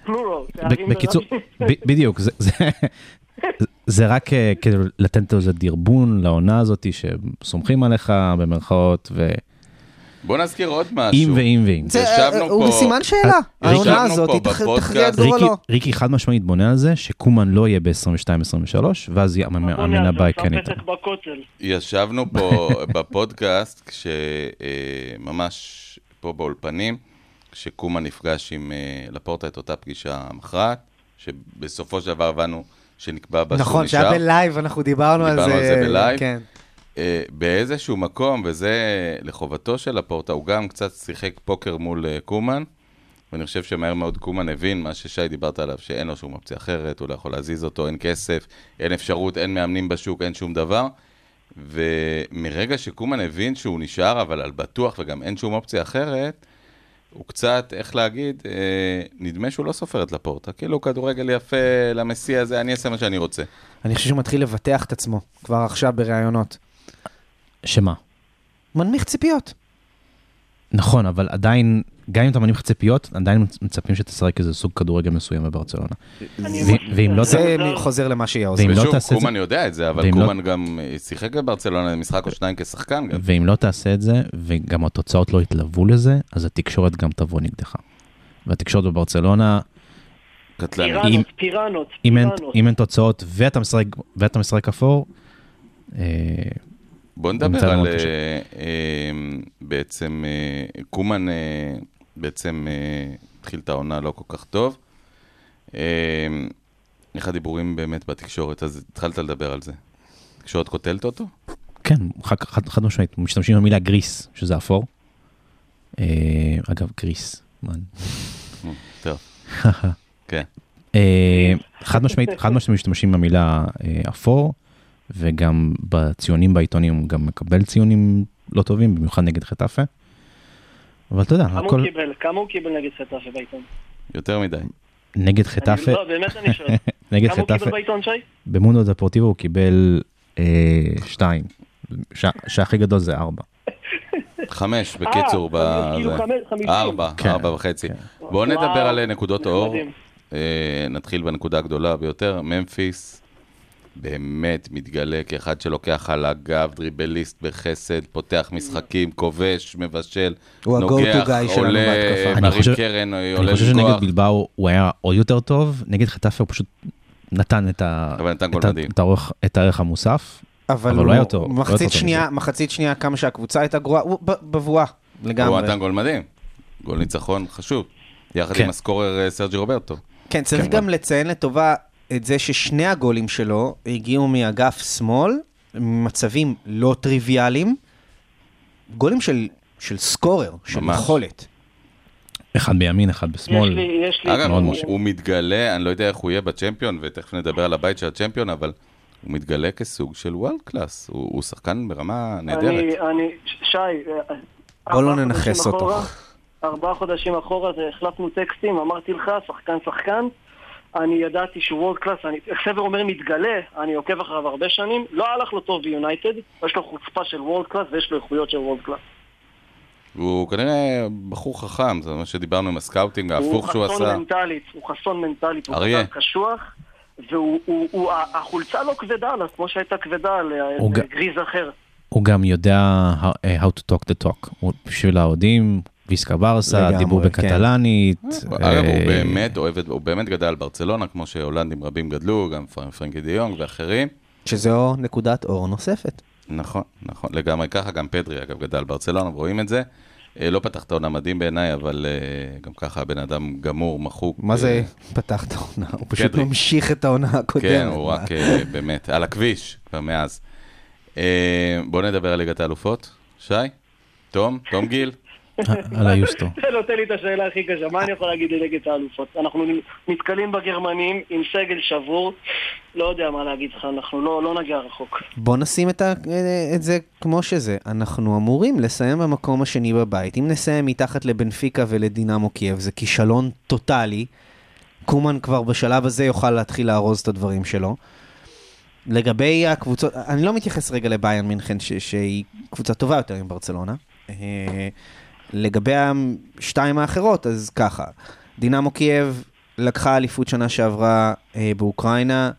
בדיוק, זה רק כדי לתת איזה דרבון לעונה הזאת, שסומכים עליך במרכאות, בוא נזכיר עוד משהו. אם. הוא סימן שאלה. העונה הזאת תכריע את גורלו. ריקי חד משמעית בונה על זה, שקומן לא יהיה ב-22-23, ואז המאמן הבא כן איתה. ישבנו פה בפודקאסט, כשממש פה באולפנים, כשקומן נפגש עם לפורטה את אותה פגישה מכרעת, שבסופו של דבר הבנו שנקבע בסוף נשאר. נכון, שהיה בלייב, אנחנו דיברנו על זה. דיברנו על זה בלייב. באיזשהו מקום, וזה לחובתו של לפורטה, הוא גם קצת שיחק פוקר מול קומן, ואני חושב שמהר מאוד קומן הבין מה ששי דיברת עליו, שאין לו שום אופציה אחרת, הוא לא יכול להזיז אותו, אין כסף, אין אפשרות, אין מאמנים בשוק, אין שום דבר, ומרגע שקומן הבין שהוא נשאר, אבל על בטוח וגם אין שום אופציה אחרת, הוא קצת, איך להגיד, נדמה שהוא לא סופר את לפורטה, כאילו כדורגל יפה למסיע הזה, אני אעשה מה שאני רוצה. אני חושב שהוא מתחיל לבטח את עצמו, כבר עכשיו בראיונות. שמה? מנמיך ציפיות. נכון, אבל עדיין, גם אם אתה מנמיך ציפיות, עדיין מצפים שתשחק איזה סוג כדורגל מסוים בברצלונה. זה חוזר למה שיהיה עוזר. ושוב, קומן יודע את זה, אבל קומן גם שיחק בברצלונה, משחק או שניים כשחקן גם. ואם לא תעשה את זה, וגם התוצאות לא יתלוו לזה, אז התקשורת גם תבוא נגדך. והתקשורת בברצלונה, פירנות. אם אין תוצאות ואתה משחק אפור, בוא נדבר על בעצם קומן בעצם התחיל את העונה לא כל כך טוב. איך הדיבורים באמת בתקשורת, אז התחלת לדבר על זה. תקשורת קוטלת אותו? כן, חד משמעית, משתמשים במילה גריס, שזה אפור. אגב, גריס. טוב. כן. חד משמעית משתמשים במילה אפור, וגם בציונים בעיתונים הוא גם מקבל ציונים לא טובים, במיוחד נגד חטאפה. אבל אתה יודע, כמה הוא קיבל נגד חטאפה בעיתון? יותר מדי. נגד חטאפה... לא, באמת אני שואל. נגד כמה הוא חטאפה... קיבל בעיתון, שי? במונדו דפורטיבו הוא קיבל 2. שהכי גדול זה 4. 5 בקיצור. כאילו 4 וחצי. בואו נדבר על נקודות האור. נתחיל בנקודה הגדולה ביותר. ממפיס באמת מתגלה כאחד שלוקח על הגב, דריבליסט בחסד, פותח משחקים, כובש, מבשל, נוגח, עולה, מרים קרן, עולה אני חושב שנגד בלבאו הוא היה עוד יותר טוב, נגד חטאפה הוא פשוט נתן את הערך המוסף, אבל לא היה אותו. מחצית שנייה כמה שהקבוצה הייתה גרועה, הוא בבואה לגמרי. הוא נתן גול מדהים, גול ניצחון חשוב, יחד עם הסקורר סרג'י רוברטו. כן, צריך גם לציין לטובה את זה ששני הגולים שלו הגיעו מאגף שמאל, מצבים לא טריוויאליים, גולים של סקורר, של יכולת. אחד בימין, אחד בשמאל. אגב, הוא מתגלה, אני לא יודע איך הוא יהיה בצ'מפיון, ותכף נדבר על הבית של הצ'מפיון, אבל הוא מתגלה כסוג של וולד קלאס, הוא שחקן ברמה נהדרת. שי, בוא לא ננחס אותו. 4 חודשים אחורה, החלפנו טקסטים, אמרתי לך, שחקן, אני ידעתי שהוא וורד קלאס, חבר אומר מתגלה, אני עוקב אחריו הרבה שנים, לא הלך לו טוב ביונייטד, יש לו חוצפה של וורד קלאס ויש לו איכויות של וורד קלאס. הוא כנראה בחור חכם, זה מה שדיברנו עם הסקאוטינג, ההפוך שהוא עשה. הוא חסון מנטלית, הוא חסון קשוח, והחולצה לא כבדה עליו, כמו שהייתה כבדה על גריז אחר. הוא גם יודע how to talk the talk, בשביל העודים, ויסקה ברסה, דיבור בקטלנית. אגב, הוא באמת גדל ברצלונה, כמו שהולנדים רבים גדלו, גם פרנקי די יונג ואחרים. שזו נקודת אור נוספת. נכון, לגמרי ככה, גם פדרי אגב גדל ברצלונה, רואים את זה. לא פתח את העונה מדהים בעיניי, אבל גם ככה הבן אדם גמור, מחוק. מה זה פתח את העונה? הוא פשוט ממשיך את העונה הקודמת. כן, הוא רק באמת על הכביש, כבר מאז. בואו נדבר על ליגת האלופות. שי? תום גיל? על היוסטו. זה נותן לי את השאלה הכי קשה, מה אני יכול להגיד לליגת האלופות? אנחנו נתקלים בגרמנים עם סגל שבור, לא יודע מה להגיד לך, אנחנו לא נגיע רחוק. בוא נשים את זה כמו שזה, אנחנו אמורים לסיים במקום השני בבית, אם נסיים מתחת לבנפיקה ולדינמו קייב, זה כישלון טוטלי, קומן כבר בשלב הזה יוכל להתחיל לארוז את הדברים שלו. לגבי הקבוצות, אני לא מתייחס רגע לביירן מינכן שהיא קבוצה טובה יותר עם ברצלונה, לגבי השתיים האחרות, אז ככה, דינמו קייב לקחה אליפות שנה שעברה באוקראינה.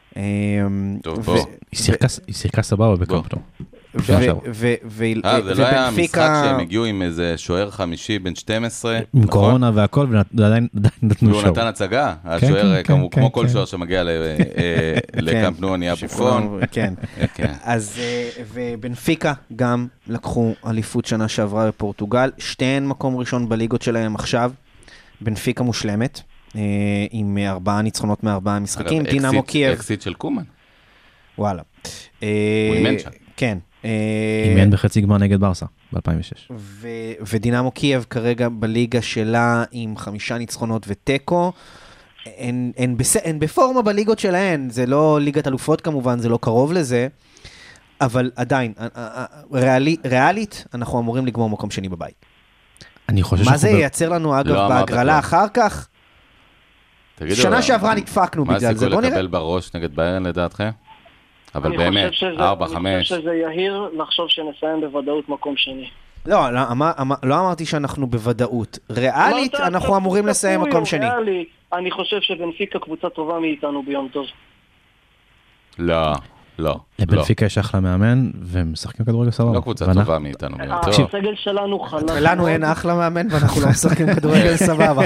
היא שיחקה סבבה בקמפנו. זה לא היה משחק שהם הגיעו עם איזה שוער חמישי בן 12. עם קורונה והכל, ועדיין נתנו שואו. והוא נתן הצגה, השוער כמו כל שוער שמגיע לקמפנו, נהיה בופון. כן. אז ובנפיקה גם לקחו אליפות שנה שעברה בפורטוגל, שתיהן מקום ראשון בליגות שלהם עכשיו, בנפיקה מושלמת, עם 4 ניצחונות מ4 משחקים, דינמו קייב. אקסיט של קומן. וואלה. הוא אימן שם. כן. אימן בחצי גמר נגד ברסה, ב-2006. ודינמו קייב כרגע בליגה שלה עם 5 ניצחונות וטקו, הן בפורמה בליגות שלהן, זה לא ליגת אלופות כמובן, זה לא קרוב לזה, אבל עדיין, ריאלית, אנחנו אמורים לגמור מקום שני בבית. מה זה ייצר לנו אגב בהגרלה אחר כך? שנה שעברה נדפקנו בגלל זה, מה הסיכוי לקבל בראש נגד ביירן לדעתכם? אבל באמת, 4-5. אני חושב שזה יהיר לחשוב שנסיים בוודאות מקום שני. לא אמרתי שאנחנו בוודאות. ריאלית, אנחנו אמורים לסיים מקום שני. אני חושב שבנפיקה קבוצה טובה מאיתנו ביום טוב. לא. לבנפיקה יש אחלה מאמן, והם משחקים כדורגל סבבה. לא קבוצה טובה מאיתנו ביום טוב. הסגל שלנו חלש. לנו אין אחלה מאמן, ואנחנו לא משחקים כדורגל סבבה.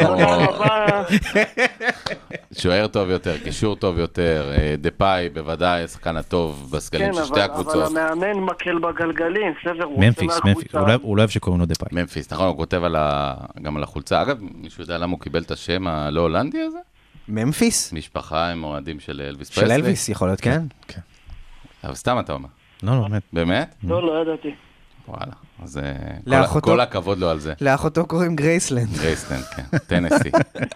שוער טוב יותר, קישור טוב יותר, דפאי בוודאי, השחקן הטוב בסגלים של שתי הקבוצות. אבל המאמן מקל בגלגלים, ממפיס, הוא לא אוהב שקוראים לו דפאי. ממפיס, נכון, הוא כותב גם על החולצה. אגב, מישהו יודע למה הוא קיבל את השם הלא הולנדי הזה? ממפיס? משפחה עם אוהדים של אלוויס פרסלי. של אלוויס, יכול להיות, כן. אבל סתם אתה אומר. לא, באמת. באמת? לא ידעתי. וואלה, אז כל הכבוד לו על זה. לאחותו קוראים גרייסלנד. גרייסלנד, כן, טנסי.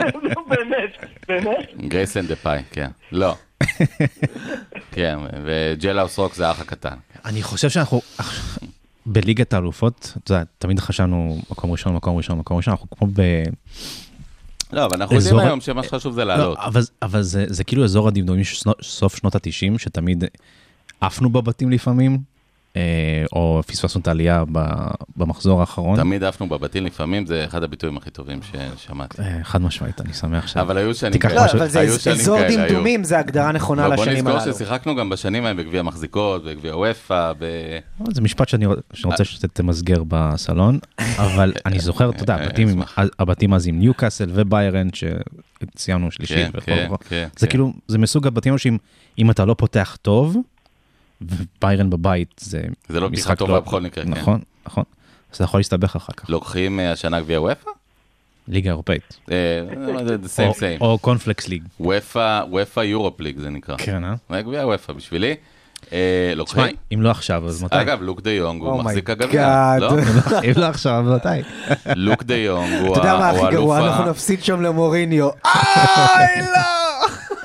באמת? גרייסלנד דפאי, כן. לא. כן, וג'לאוס רוק זה האח הקטן. אני חושב שאנחנו... בליגת האלופות, תמיד חשבנו מקום ראשון, אנחנו כמו לא, אבל אנחנו יודעים היום שמה שחשוב זה לעלות. אבל זה כאילו אזור הדמדומים של סוף שנות ה-90, שתמיד עפנו בבתים לפעמים, או פספסנו את העלייה במחזור האחרון. תמיד עפנו בבתים לפעמים, זה אחד הביטויים הכי טובים ששמעתי. חד משמעית, אני שמח ש... אבל היו שנים כאלה. לא, אבל זה אזור דמדומים, זה הגדרה נכונה לשנים הללו. בוא נזכור ששיחקנו גם בשנים האלה בגביע מחזיקות, בגביע וופא, זה משפט שאני רוצה שתמסגר בסלון, אבל אני זוכר, אתה יודע, הבתים אז עם ניוקאסל וביירן, שציינו שלישית, זה כאילו, זה מסוג הבתים שאם אתה לא פותח טוב, וביירן בבית זה לא פתיחה טובה בכל מקרה. נכון, נכון. אז אתה יכול להסתבך אחר כך. לוקחים השנה גביע וופא? ליגה אירופאית. same. או קונפלקס ליג. וופא יורופ ליג זה נקרא. כן, גביע וופא בשבילי. תשמע, אם לא עכשיו, אז מתי? אגב, לוק דה יונג הוא מחזיק הגביע. אם לא עכשיו, מתי? לוק דה יונג הוא אתה יודע מה הכי גרוע? אנחנו נפסיד שם למוריניו. לא!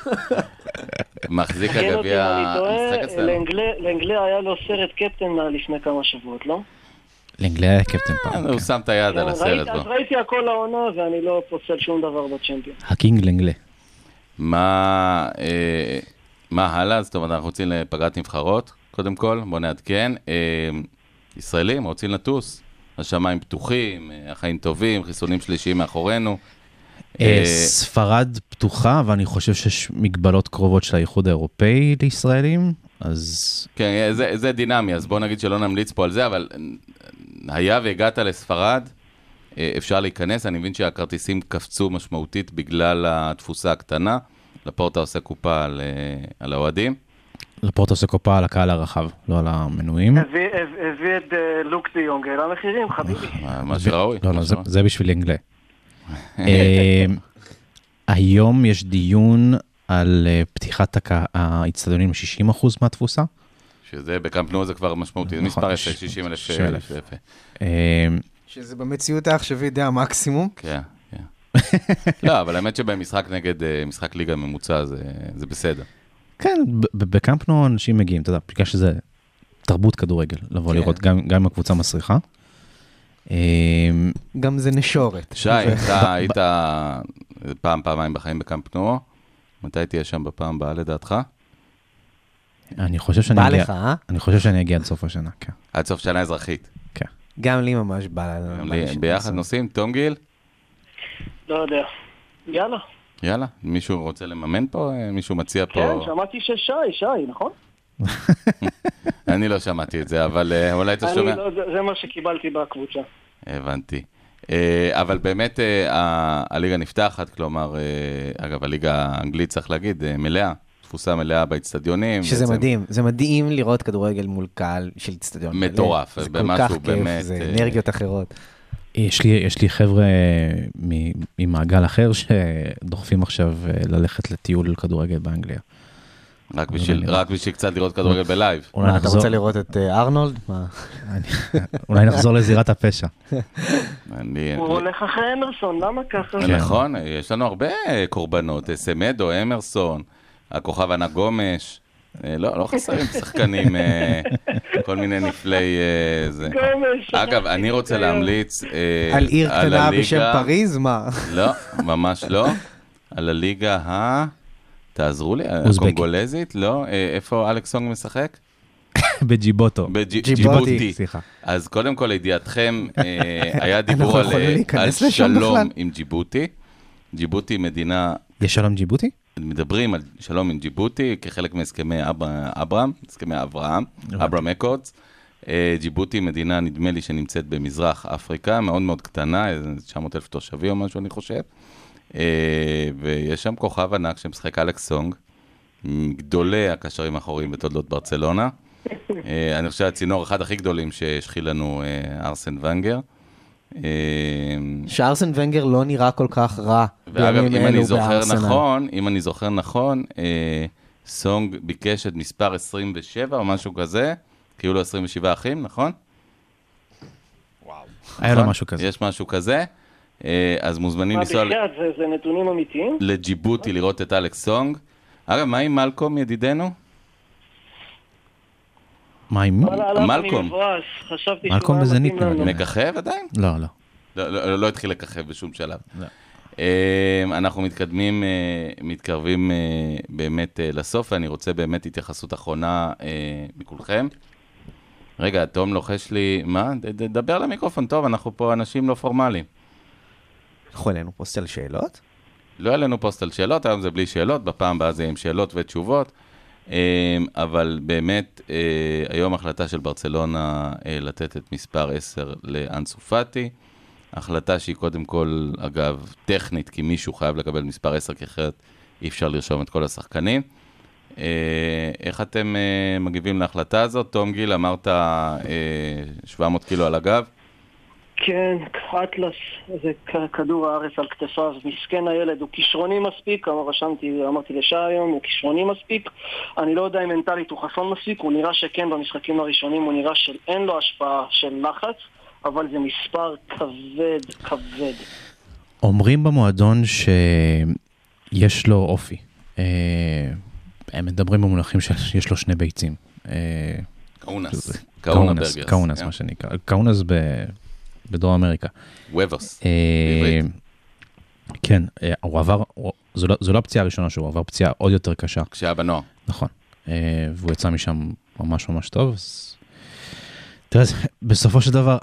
מחזיק הגביע... לאנגליה היה לו סרט קפטן לפני כמה שבועות, לא? לאנגליה היה קפטן פעם. הוא שם את היד על הסרט. אז ראיתי הכל העונה ואני לא פוסל שום דבר בצ'מפיון. הקינג לאנגליה. מה הלאה? זאת אומרת, אנחנו רוצים לפגרת נבחרות, קודם כל, בוא נעדכן. ישראלים רוצים לטוס, השמיים פתוחים, החיים טובים, חיסונים שלישיים מאחורינו. ספרד פתוחה, ואני חושב שיש מגבלות קרובות של האיחוד האירופאי לישראלים, אז... כן, זה דינמי, אז בוא נגיד שלא נמליץ פה על זה, אבל היה והגעת לספרד, אפשר להיכנס, אני מבין שהכרטיסים קפצו משמעותית בגלל התפוסה הקטנה, לפורטה עושה קופה על האוהדים. לפורטה עושה קופה על הקהל הרחב, לא על המנויים. הביא את לוק דה יונג, על המחירים, חביבי. מה שראוי. לא, זה בשביל אנגליה. היום יש דיון על פתיחת האצטדיונים 60% מהתפוסה. שזה בקאמפ נו זה כבר משמעותי, זה מספר 60,000. שזה במציאות העכשווית די המקסימום. כן. לא, אבל האמת שבמשחק נגד משחק ליגה ממוצע זה בסדר. כן, בקאמפ נו אנשים מגיעים, אתה יודע, בגלל שזה תרבות כדורגל, לבוא לראות גם אם הקבוצה מסריחה. גם זה נשורת. שי, אתה היית פעמיים בחיים בקאמפ נו, מתי תהיה שם בפעם הבאה לדעתך? אני חושב שאני אגיע עד סוף השנה, כן. עד סוף שנה אזרחית. כן. גם לי ממש בא. ביחד נוסעים, תום גיל? לא יודע. יאללה. יאללה, מישהו רוצה לממן פה? מישהו מציע פה? כן, שמעתי ששי, נכון? אני לא שמעתי את זה, אבל אולי אתה שומע. זה מה שקיבלתי בקבוצה. הבנתי. אבל באמת הליגה נפתחת, כלומר, אגב, הליגה האנגלית צריך להגיד, מלאה, תפוסה מלאה באצטדיונים. שזה מדהים, זה מדהים לראות כדורגל מול קהל של אצטדיון. מטורף, זה כל כך כיף, זה אנרגיות אחרות. יש לי חבר'ה ממעגל אחר שדוחפים עכשיו ללכת לטיול כדורגל באנגליה. רק בשביל קצת לראות כדורגל בלייב. אתה רוצה לראות את ארנולד? אולי נחזור לזירת הפשע. הוא הולך אחרי אמרסון, למה ככה? נכון, יש לנו הרבה קורבנות, סמדו, אמרסון, הכוכב ענה גומש, לא חסרים שחקנים, כל מיני נפלי זה. אגב, אני רוצה להמליץ על עיר קטנה בשם פריז, מה? לא, ממש לא. על הליגה תעזרו לי, הקונגולזית, לא? איפה אלכס סונג משחק? בג'יבוטו. בג'יבוטי. אז קודם כל, לידיעתכם, היה דיבור על שלום עם ג'יבוטי. ג'יבוטי מדינה... יש שלום ג'יבוטי? מדברים על שלום עם ג'יבוטי, כחלק מהסכמי אברהם אקורדס. ג'יבוטי מדינה, נדמה לי, שנמצאת במזרח אפריקה, מאוד מאוד קטנה, 900,000 תושבים או משהו, אני חושב. ויש שם כוכב ענק שמשחק אלכס סונג, גדולי הקשרים האחוריים בתולדות ברצלונה. אני חושב הצינור אחד הכי גדולים שהשחיל לנו ארסן ונגר. שארסן ונגר לא נראה כל כך רע. ואגב, אם אני זוכר נכון, סונג ביקש את מספר 27 או משהו כזה, כי היו לו 27 אחים, נכון? וואו. היה לו משהו כזה. יש משהו כזה. אז מוזמנים לנסוע... מה בחייאת? זה נתונים אמיתיים? לג'יבוטי לראות את אלכס סונג. אגב, מה עם מלקום ידידנו? מה עם... מלקום. מלקום בזנית. מככב עדיין? לא. לא התחיל לככב בשום שלב. אנחנו מתקרבים באמת לסוף, ואני רוצה באמת התייחסות אחרונה מכולכם. רגע, תום לוחש לי, מה? דבר למיקרופון טוב, אנחנו פה אנשים לא פורמליים. אנחנו אלינו פוסט על שאלות? לא אלינו פוסט על שאלות, היום זה בלי שאלות, בפעם הבאה זה עם שאלות ותשובות, אבל באמת, היום החלטה של ברצלונה לתת את מספר 10 לאנסו פאטי, החלטה שהיא קודם כל, אגב, טכנית, כי מישהו חייב לקבל מספר 10, כי אחרת אי אפשר לרשום את כל השחקנים. איך אתם מגיבים להחלטה הזאת? תום גיל, אמרת 700 קילו על הגב? כן, אטלס, זה כדור הארץ על כתפיו, מסכן הילד, הוא כישרוני מספיק, אמרתי לשעה היום, הוא כישרוני מספיק, אני לא יודע אם מנטלית הוא חסון מספיק, הוא נראה שכן במשחקים הראשונים, הוא נראה שאין לו השפעה של לחץ, אבל זה מספר כבד. אומרים במועדון שיש לו אופי. הם מדברים במונחים שיש לו שני ביצים. קאונס, מה שנקרא. קאונס בדרום אמריקה. וובוס. כן, הוא עבר, זו לא הפציעה הראשונה שהוא עבר פציעה עוד יותר קשה. כשהיה בנוער. נכון. והוא יצא משם ממש ממש טוב. תראה, בסופו של דבר,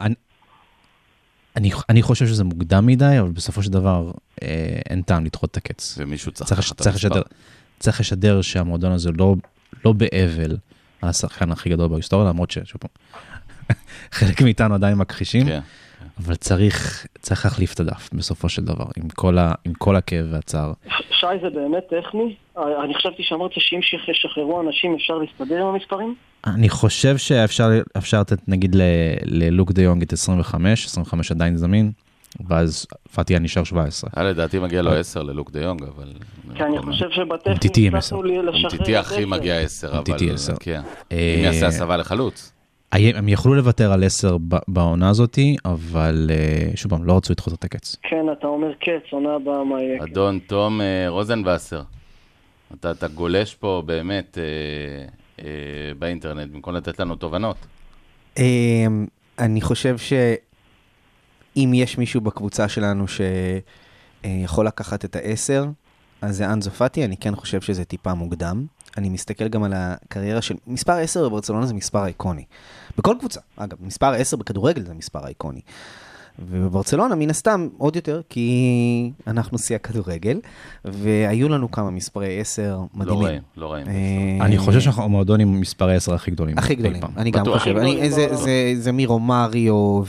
אני חושב שזה מוקדם מדי, אבל בסופו של דבר אין טעם לדחות את הקץ. ומישהו צריך לשדר שהמועדון הזה לא באבל על השחקן הכי גדול בהיסטוריה, למרות ששוב, חלק מאיתנו עדיין מכחישים, אבל צריך להחליף את הדף בסופו של דבר, עם כל הכאב והצער. שי, זה באמת טכני? אני חשבתי שאמרת שאם שחררו אנשים אפשר להסתדר עם המספרים? אני חושב שאפשר לתת נגיד ללוק דה יונג את 25 עדיין זמין, ואז פאטי נשאר 17. לדעתי מגיע לו 10 ללוק דה יונג, אבל... כי אני חושב שבטכני הצלחנו לשחרר... אומטיטי הכי מגיע 10, אבל... אם יעשה הסבה לחלוץ. הם יכלו לוותר על 10 בעונה הזאת, אבל שוב פעם, לא רצו לדחות את הקץ. כן, אתה אומר קץ, עונה הבאה מה יהיה. אדון תום רוזנווסר, אתה גולש פה באמת באינטרנט, במקום לתת לנו תובנות. אני חושב שאם יש מישהו בקבוצה שלנו שיכול לקחת את 10, אז זה אנסו פאטי, אני כן חושב שזה טיפה מוקדם. אני מסתכל גם על הקריירה של... מספר 10 בברצלונה זה מספר אייקוני. בכל קבוצה, אגב, מספר 10 בכדורגל זה מספר אייקוני. ובברצלונה מן הסתם עוד יותר, כי אנחנו שיא הכדורגל, והיו לנו כמה מספרי 10 מדהימים. לא רעים. אני חושב שאנחנו המועדון עם מספרי 10 הכי גדולים. הכי גדולים, אני גם חושב. זה מרומריו,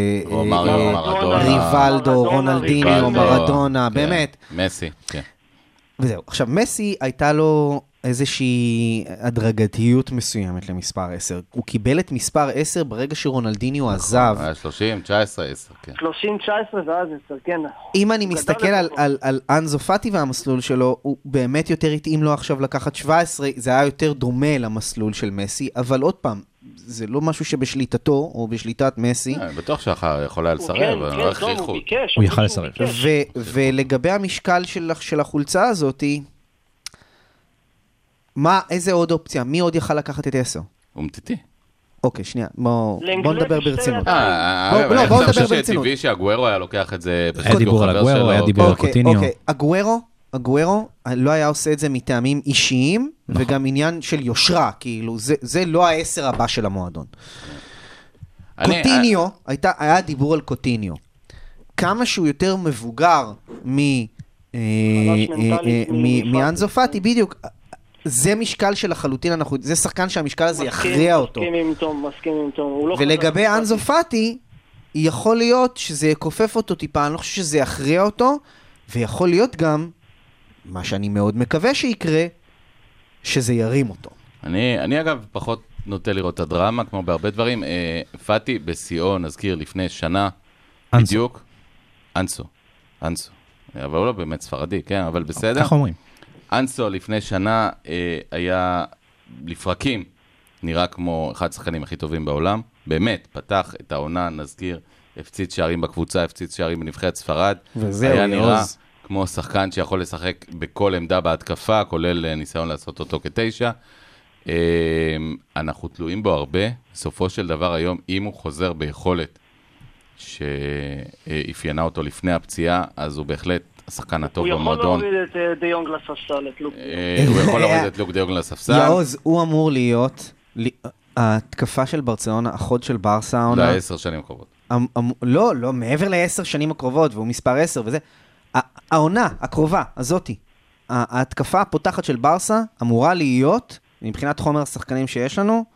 ריבלדו, רונלדיניו, מרדונה, באמת. מסי, כן. וזהו. עכשיו, מסי הייתה לו איזושהי הדרגתיות מסוימת למספר 10. הוא קיבל את מספר 10 ברגע שרונלדיניו עזב. 30, 19, 10, כן. 30, 19 ואז 10, כן. אם אני מסתכל על אנסו פאטי והמסלול שלו, הוא באמת יותר התאים לו עכשיו לקחת 17, זה היה יותר דומה למסלול של מסי, אבל עוד פעם, זה לא משהו שבשליטתו, או בשליטת מסי. בטוח שאחר יכול היה לסרב, אבל לא הכריחו. הוא יכל לסרב. ולגבי המשקל של החולצה הזאת, איזה עוד אופציה? מי עוד יכל לקחת את 10? אומטיטי. אוקיי, שנייה, בואו נדבר ברצינות. אני חושב שטבעי שהגוארו היה לוקח את זה. היה דיבור על הגוארו, היה דיבור על קוטיניו. אוקיי, הגוארו לא היה עושה את זה מטעמים אישיים, וגם עניין של יושרה, כאילו, זה לא ה10 הבא של המועדון. קוטיניו, היה דיבור על קוטיניו. כמה שהוא יותר מבוגר מאנסו פאטי, בדיוק, זה משקל של החלוטין, זה שחקן שהמשקל הזה יכריע אותו. מסכים עם תום. ולגבי אנסו פאטי, יכול להיות שזה יכופף אותו טיפה, אני לא חושב שזה יכריע אותו, ויכול להיות גם, מה שאני מאוד מקווה שיקרה, שזה ירים אותו. אני אגב פחות נוטה לראות את הדרמה, כמו בהרבה דברים. פאטי בסיאו, נזכיר, לפני שנה, בדיוק. אנסו. אבל הוא לא באמת ספרדי, כן, אבל בסדר. כך אומרים. אנסו לפני שנה היה לפרקים, נראה כמו אחד השחקנים הכי טובים בעולם. באמת, פתח את העונה, נזכיר, הפציץ שערים בקבוצה, הפציץ שערים בנבחרת ספרד. היה נראה כמו שחקן שיכול לשחק בכל עמדה בהתקפה, כולל ניסיון לעשות אותו כ9. אנחנו תלויים בו הרבה, בסופו של דבר היום, אם הוא חוזר ביכולת שאפיינה אותו לפני הפציעה, אז הוא בהחלט השחקן הטוב במועדון. הוא יכול להוריד את דיונג לספסל, את לוק. הוא יכול להוריד את לוק דיונג לספסל. יעוז, הוא אמור להיות התקפה של ברצלונה, החוד של ברסה. ל10 שנים הקרובות. לא, מעבר ל10 שנים הקרובות, והוא מספר 10 וזה. העונה הקרובה, הזאתי, ההתקפה הפותחת של ברסה אמורה להיות, מבחינת חומר השחקנים שיש לנו,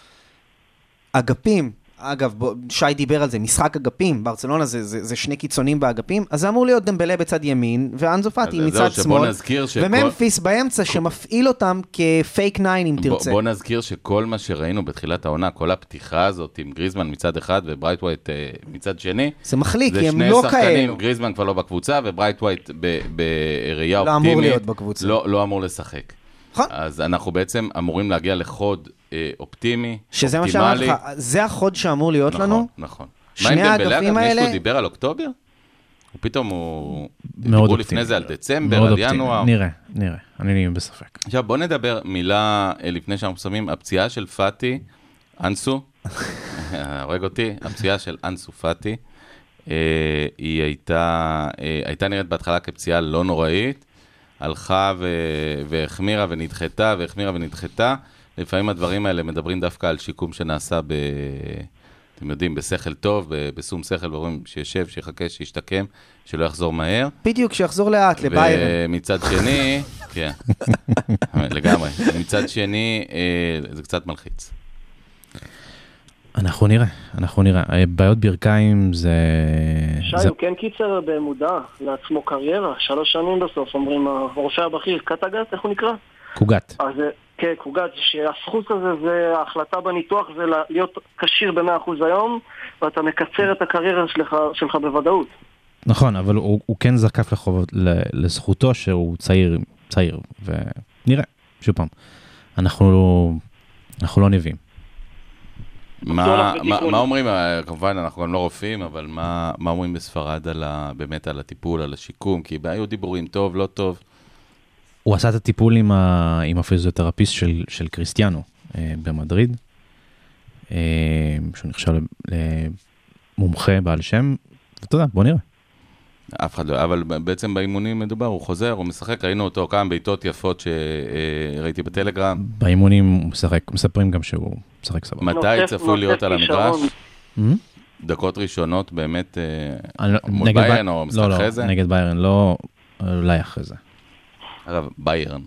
אגפים, אגב, שי דיבר על זה, משחק אגפים, ברצלונה זה שני קיצונים באגפים, אז זה אמור להיות דמבלה בצד ימין, ואנזו פאטי מצד שמאל, וממפיס באמצע שמפעיל אותם כפייק 9 אם תרצה. בוא נזכיר שכל מה שראינו בתחילת העונה, כל הפתיחה הזאת עם גריזמן מצד אחד וברייט ווייט מצד שני, זה מחליק, כי הם לא שני שחקנים, כאלו. גריזמן כבר לא בקבוצה, וברייט ווייט בראייה לא אופטימית, אמור להיות בקבוצה. לא אמור לשחק. אז אנחנו בעצם אמורים להגיע לחוד אופטימי, שזה מה שאמרתי לך, זה החוד שאמור להיות לנו. נכון. שני האגפים האלה. מישהו דיבר על אוקטובר? ופתאום דיברו לפני זה על דצמבר, על ינואר. נראה, אני בספק. עכשיו בוא נדבר מילה לפני שאנחנו שמים, הפציעה של פאטי, אנסו, הורג אותי, הפציעה של אנסו פאטי, היא הייתה נראית בהתחלה כפציעה לא נוראית, הלכה והחמירה ונדחתה, והחמירה ונדחתה. לפעמים הדברים האלה מדברים דווקא על שיקום שנעשה אתם יודעים, בשכל טוב, בשום שכל, ואומרים שישב, שיחכה, שישתקם, שלא יחזור מהר. בדיוק, שיחזור לאט, לביירן. ומצד שני, כן, לגמרי. מצד שני, זה קצת מלחיץ. אנחנו נראה. בעיות ברכיים זה... שי, הוא כן קיצר במודע לעצמו קריירה, 3 שנים בסוף, אומרים, הרופא הבכיר, קטגת, איך הוא נקרא? קוגת. אז כן, קוגת, שהסחוס הזה זה ההחלטה בניתוח, זה להיות קשיר ב100% היום, ואתה מקצר את הקריירה שלך בוודאות. נכון, אבל הוא כן זקף לזכותו שהוא צעיר, ונראה, שוב פעם, אנחנו לא נביאים. מה אומרים, כמובן אנחנו גם לא רופאים, אבל מה אומרים בספרד באמת על הטיפול, על השיקום, כי היו דיבורים טוב, לא טוב. הוא עשה את הטיפול עם הפיזיותרפיסט של קריסטיאנו במדריד, שהוא נחשב למומחה בעל שם, ותודה, בוא נראה. אף אחד לא, אבל בעצם באימונים מדובר, הוא חוזר, הוא משחק, ראינו אותו כמה בעיטות יפות שראיתי בטלגרם. באימונים הוא משחק, מספרים גם שהוא משחק סבבה. מתי צפוי להיות על המגרש? דקות ראשונות באמת מול ביירן או משחק אחרי זה? לא, נגד ביירן, לא, אולי אחרי זה. אגב, ביירן.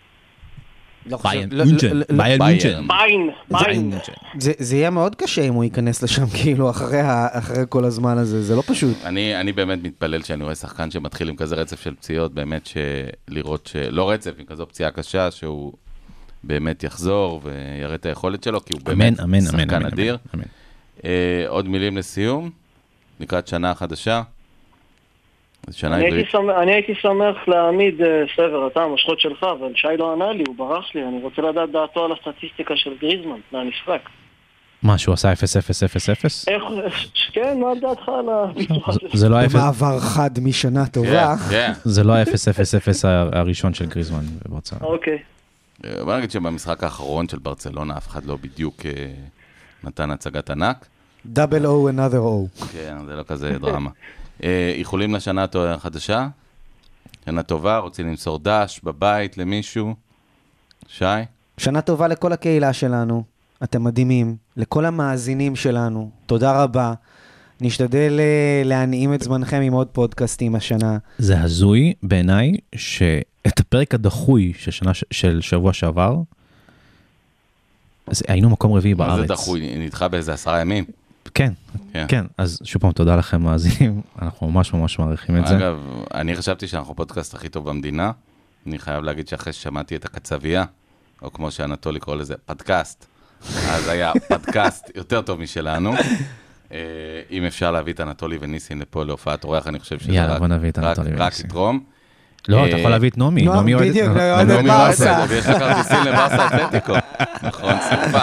ביין. זה יהיה מאוד קשה אם הוא ייכנס לשם כאילו אחרי כל הזמן הזה, זה לא פשוט. אני באמת מתפלל שאני רואה שחקן שמתחיל עם כזה רצף של פציעות, באמת לראות לא רצף, עם כזו פציעה קשה, שהוא באמת יחזור ויראה את היכולת שלו, כי הוא באמת שחקן אדיר. עוד מילים לסיום, לקראת שנה חדשה. אני הייתי שמח להעמיד סבר, אתה המשכות שלך, אבל שי לא ענה לי, הוא ברח לי, אני רוצה לדעת דעתו על הסטטיסטיקה של גריזמן, מהמשחק. מה, שהוא עשה 0-0-0-0? כן, מה דעתך על הביצוע? זה לא במעבר חד משנה טובה. זה לא ה-0-0-0 הראשון של גריזמן בברצלונה. אוקיי. בוא נגיד שבמשחק האחרון של ברצלונה, אף אחד לא בדיוק נתן הצגת ענק. דאבל או another או. כן, זה לא כזה דרמה. יכולים לשנה חדשה? שנה טובה, רוצים למסור דש בבית למישהו? שי? שנה טובה לכל הקהילה שלנו, אתם מדהימים, לכל המאזינים שלנו, תודה רבה. נשתדל להנעים את זמנכם עם עוד פודקאסטים השנה. זה הזוי בעיניי שאת הפרק הדחוי של שבוע שעבר, היינו מקום רביעי בארץ. מה זה דחוי? נדחה באיזה 10 ימים? כן, אז שוב פעם תודה לכם מאזינים, אנחנו ממש ממש מעריכים את זה. אגב, אני חשבתי שאנחנו פודקאסט הכי טוב במדינה, אני חייב להגיד שאחרי ששמעתי את הקצבייה, או כמו שאנטולי קורא לזה, פודקאסט, אז היה פודקאסט יותר טוב משלנו. אם אפשר להביא את אנטולי וניסין לפה להופעת אורח, אני חושב שזה רק יתרום. לא, אתה יכול להביא את נומי. נומי אוהדת ברסה. ויש לה כרטיסים לברסה אתלטיקו. נכון, סופה.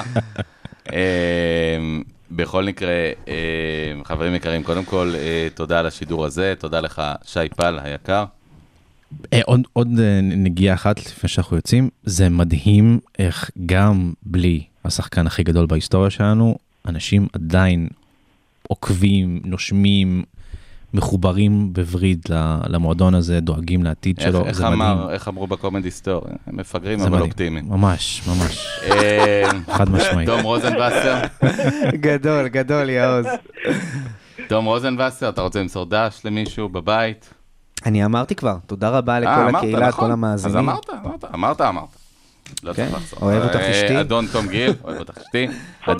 בכל מקרה, חברים יקרים, קודם כל, תודה על השידור הזה, תודה לך, שי פל היקר. עוד נגיעה אחת לפני שאנחנו יוצאים, זה מדהים איך גם בלי השחקן הכי גדול בהיסטוריה שלנו, אנשים עדיין עוקבים, נושמים, מחוברים בווריד למועדון הזה, דואגים לעתיד שלו, זה מדהים. איך אמרו בקומדי סטור? הם מפגרים אבל אופטימיים. ממש, ממש. חד משמעית. תום רוזנבסר. גדול, יעוז. תום רוזנבסר, אתה רוצה למסור דש למישהו בבית? אני אמרתי כבר, תודה רבה לכל הקהילה, כל המאזינים. אז אמרת. לא צריך לחזור. אוהב אותך אשתי. אדון תום גיל, אוהב אותך אשתי.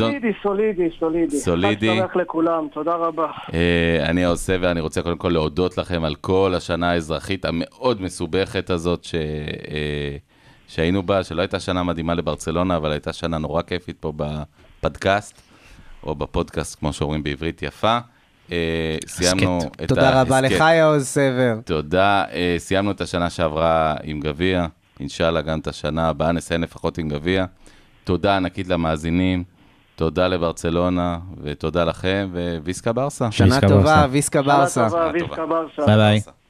סולידי. חג שמח לכולם, תודה רבה. אני עושה ואני רוצה קודם כל להודות לכם על כל השנה האזרחית המאוד מסובכת הזאת שהיינו בה, שלא הייתה שנה מדהימה לברצלונה, אבל הייתה שנה נורא כיפית פה בפודקאסט, או בפודקאסט כמו שאומרים בעברית יפה. סיימנו את תודה רבה לך יעוז סבר. תודה, סיימנו את השנה שעברה עם גביע, אינשאללה גם את השנה הבאה נסיים לפחות עם גביע. תודה ענקית למאזינים, תודה לברצלונה ותודה לכם וויסקה ברסה. שנה טובה, ויסקה ברסה. ביי ביי.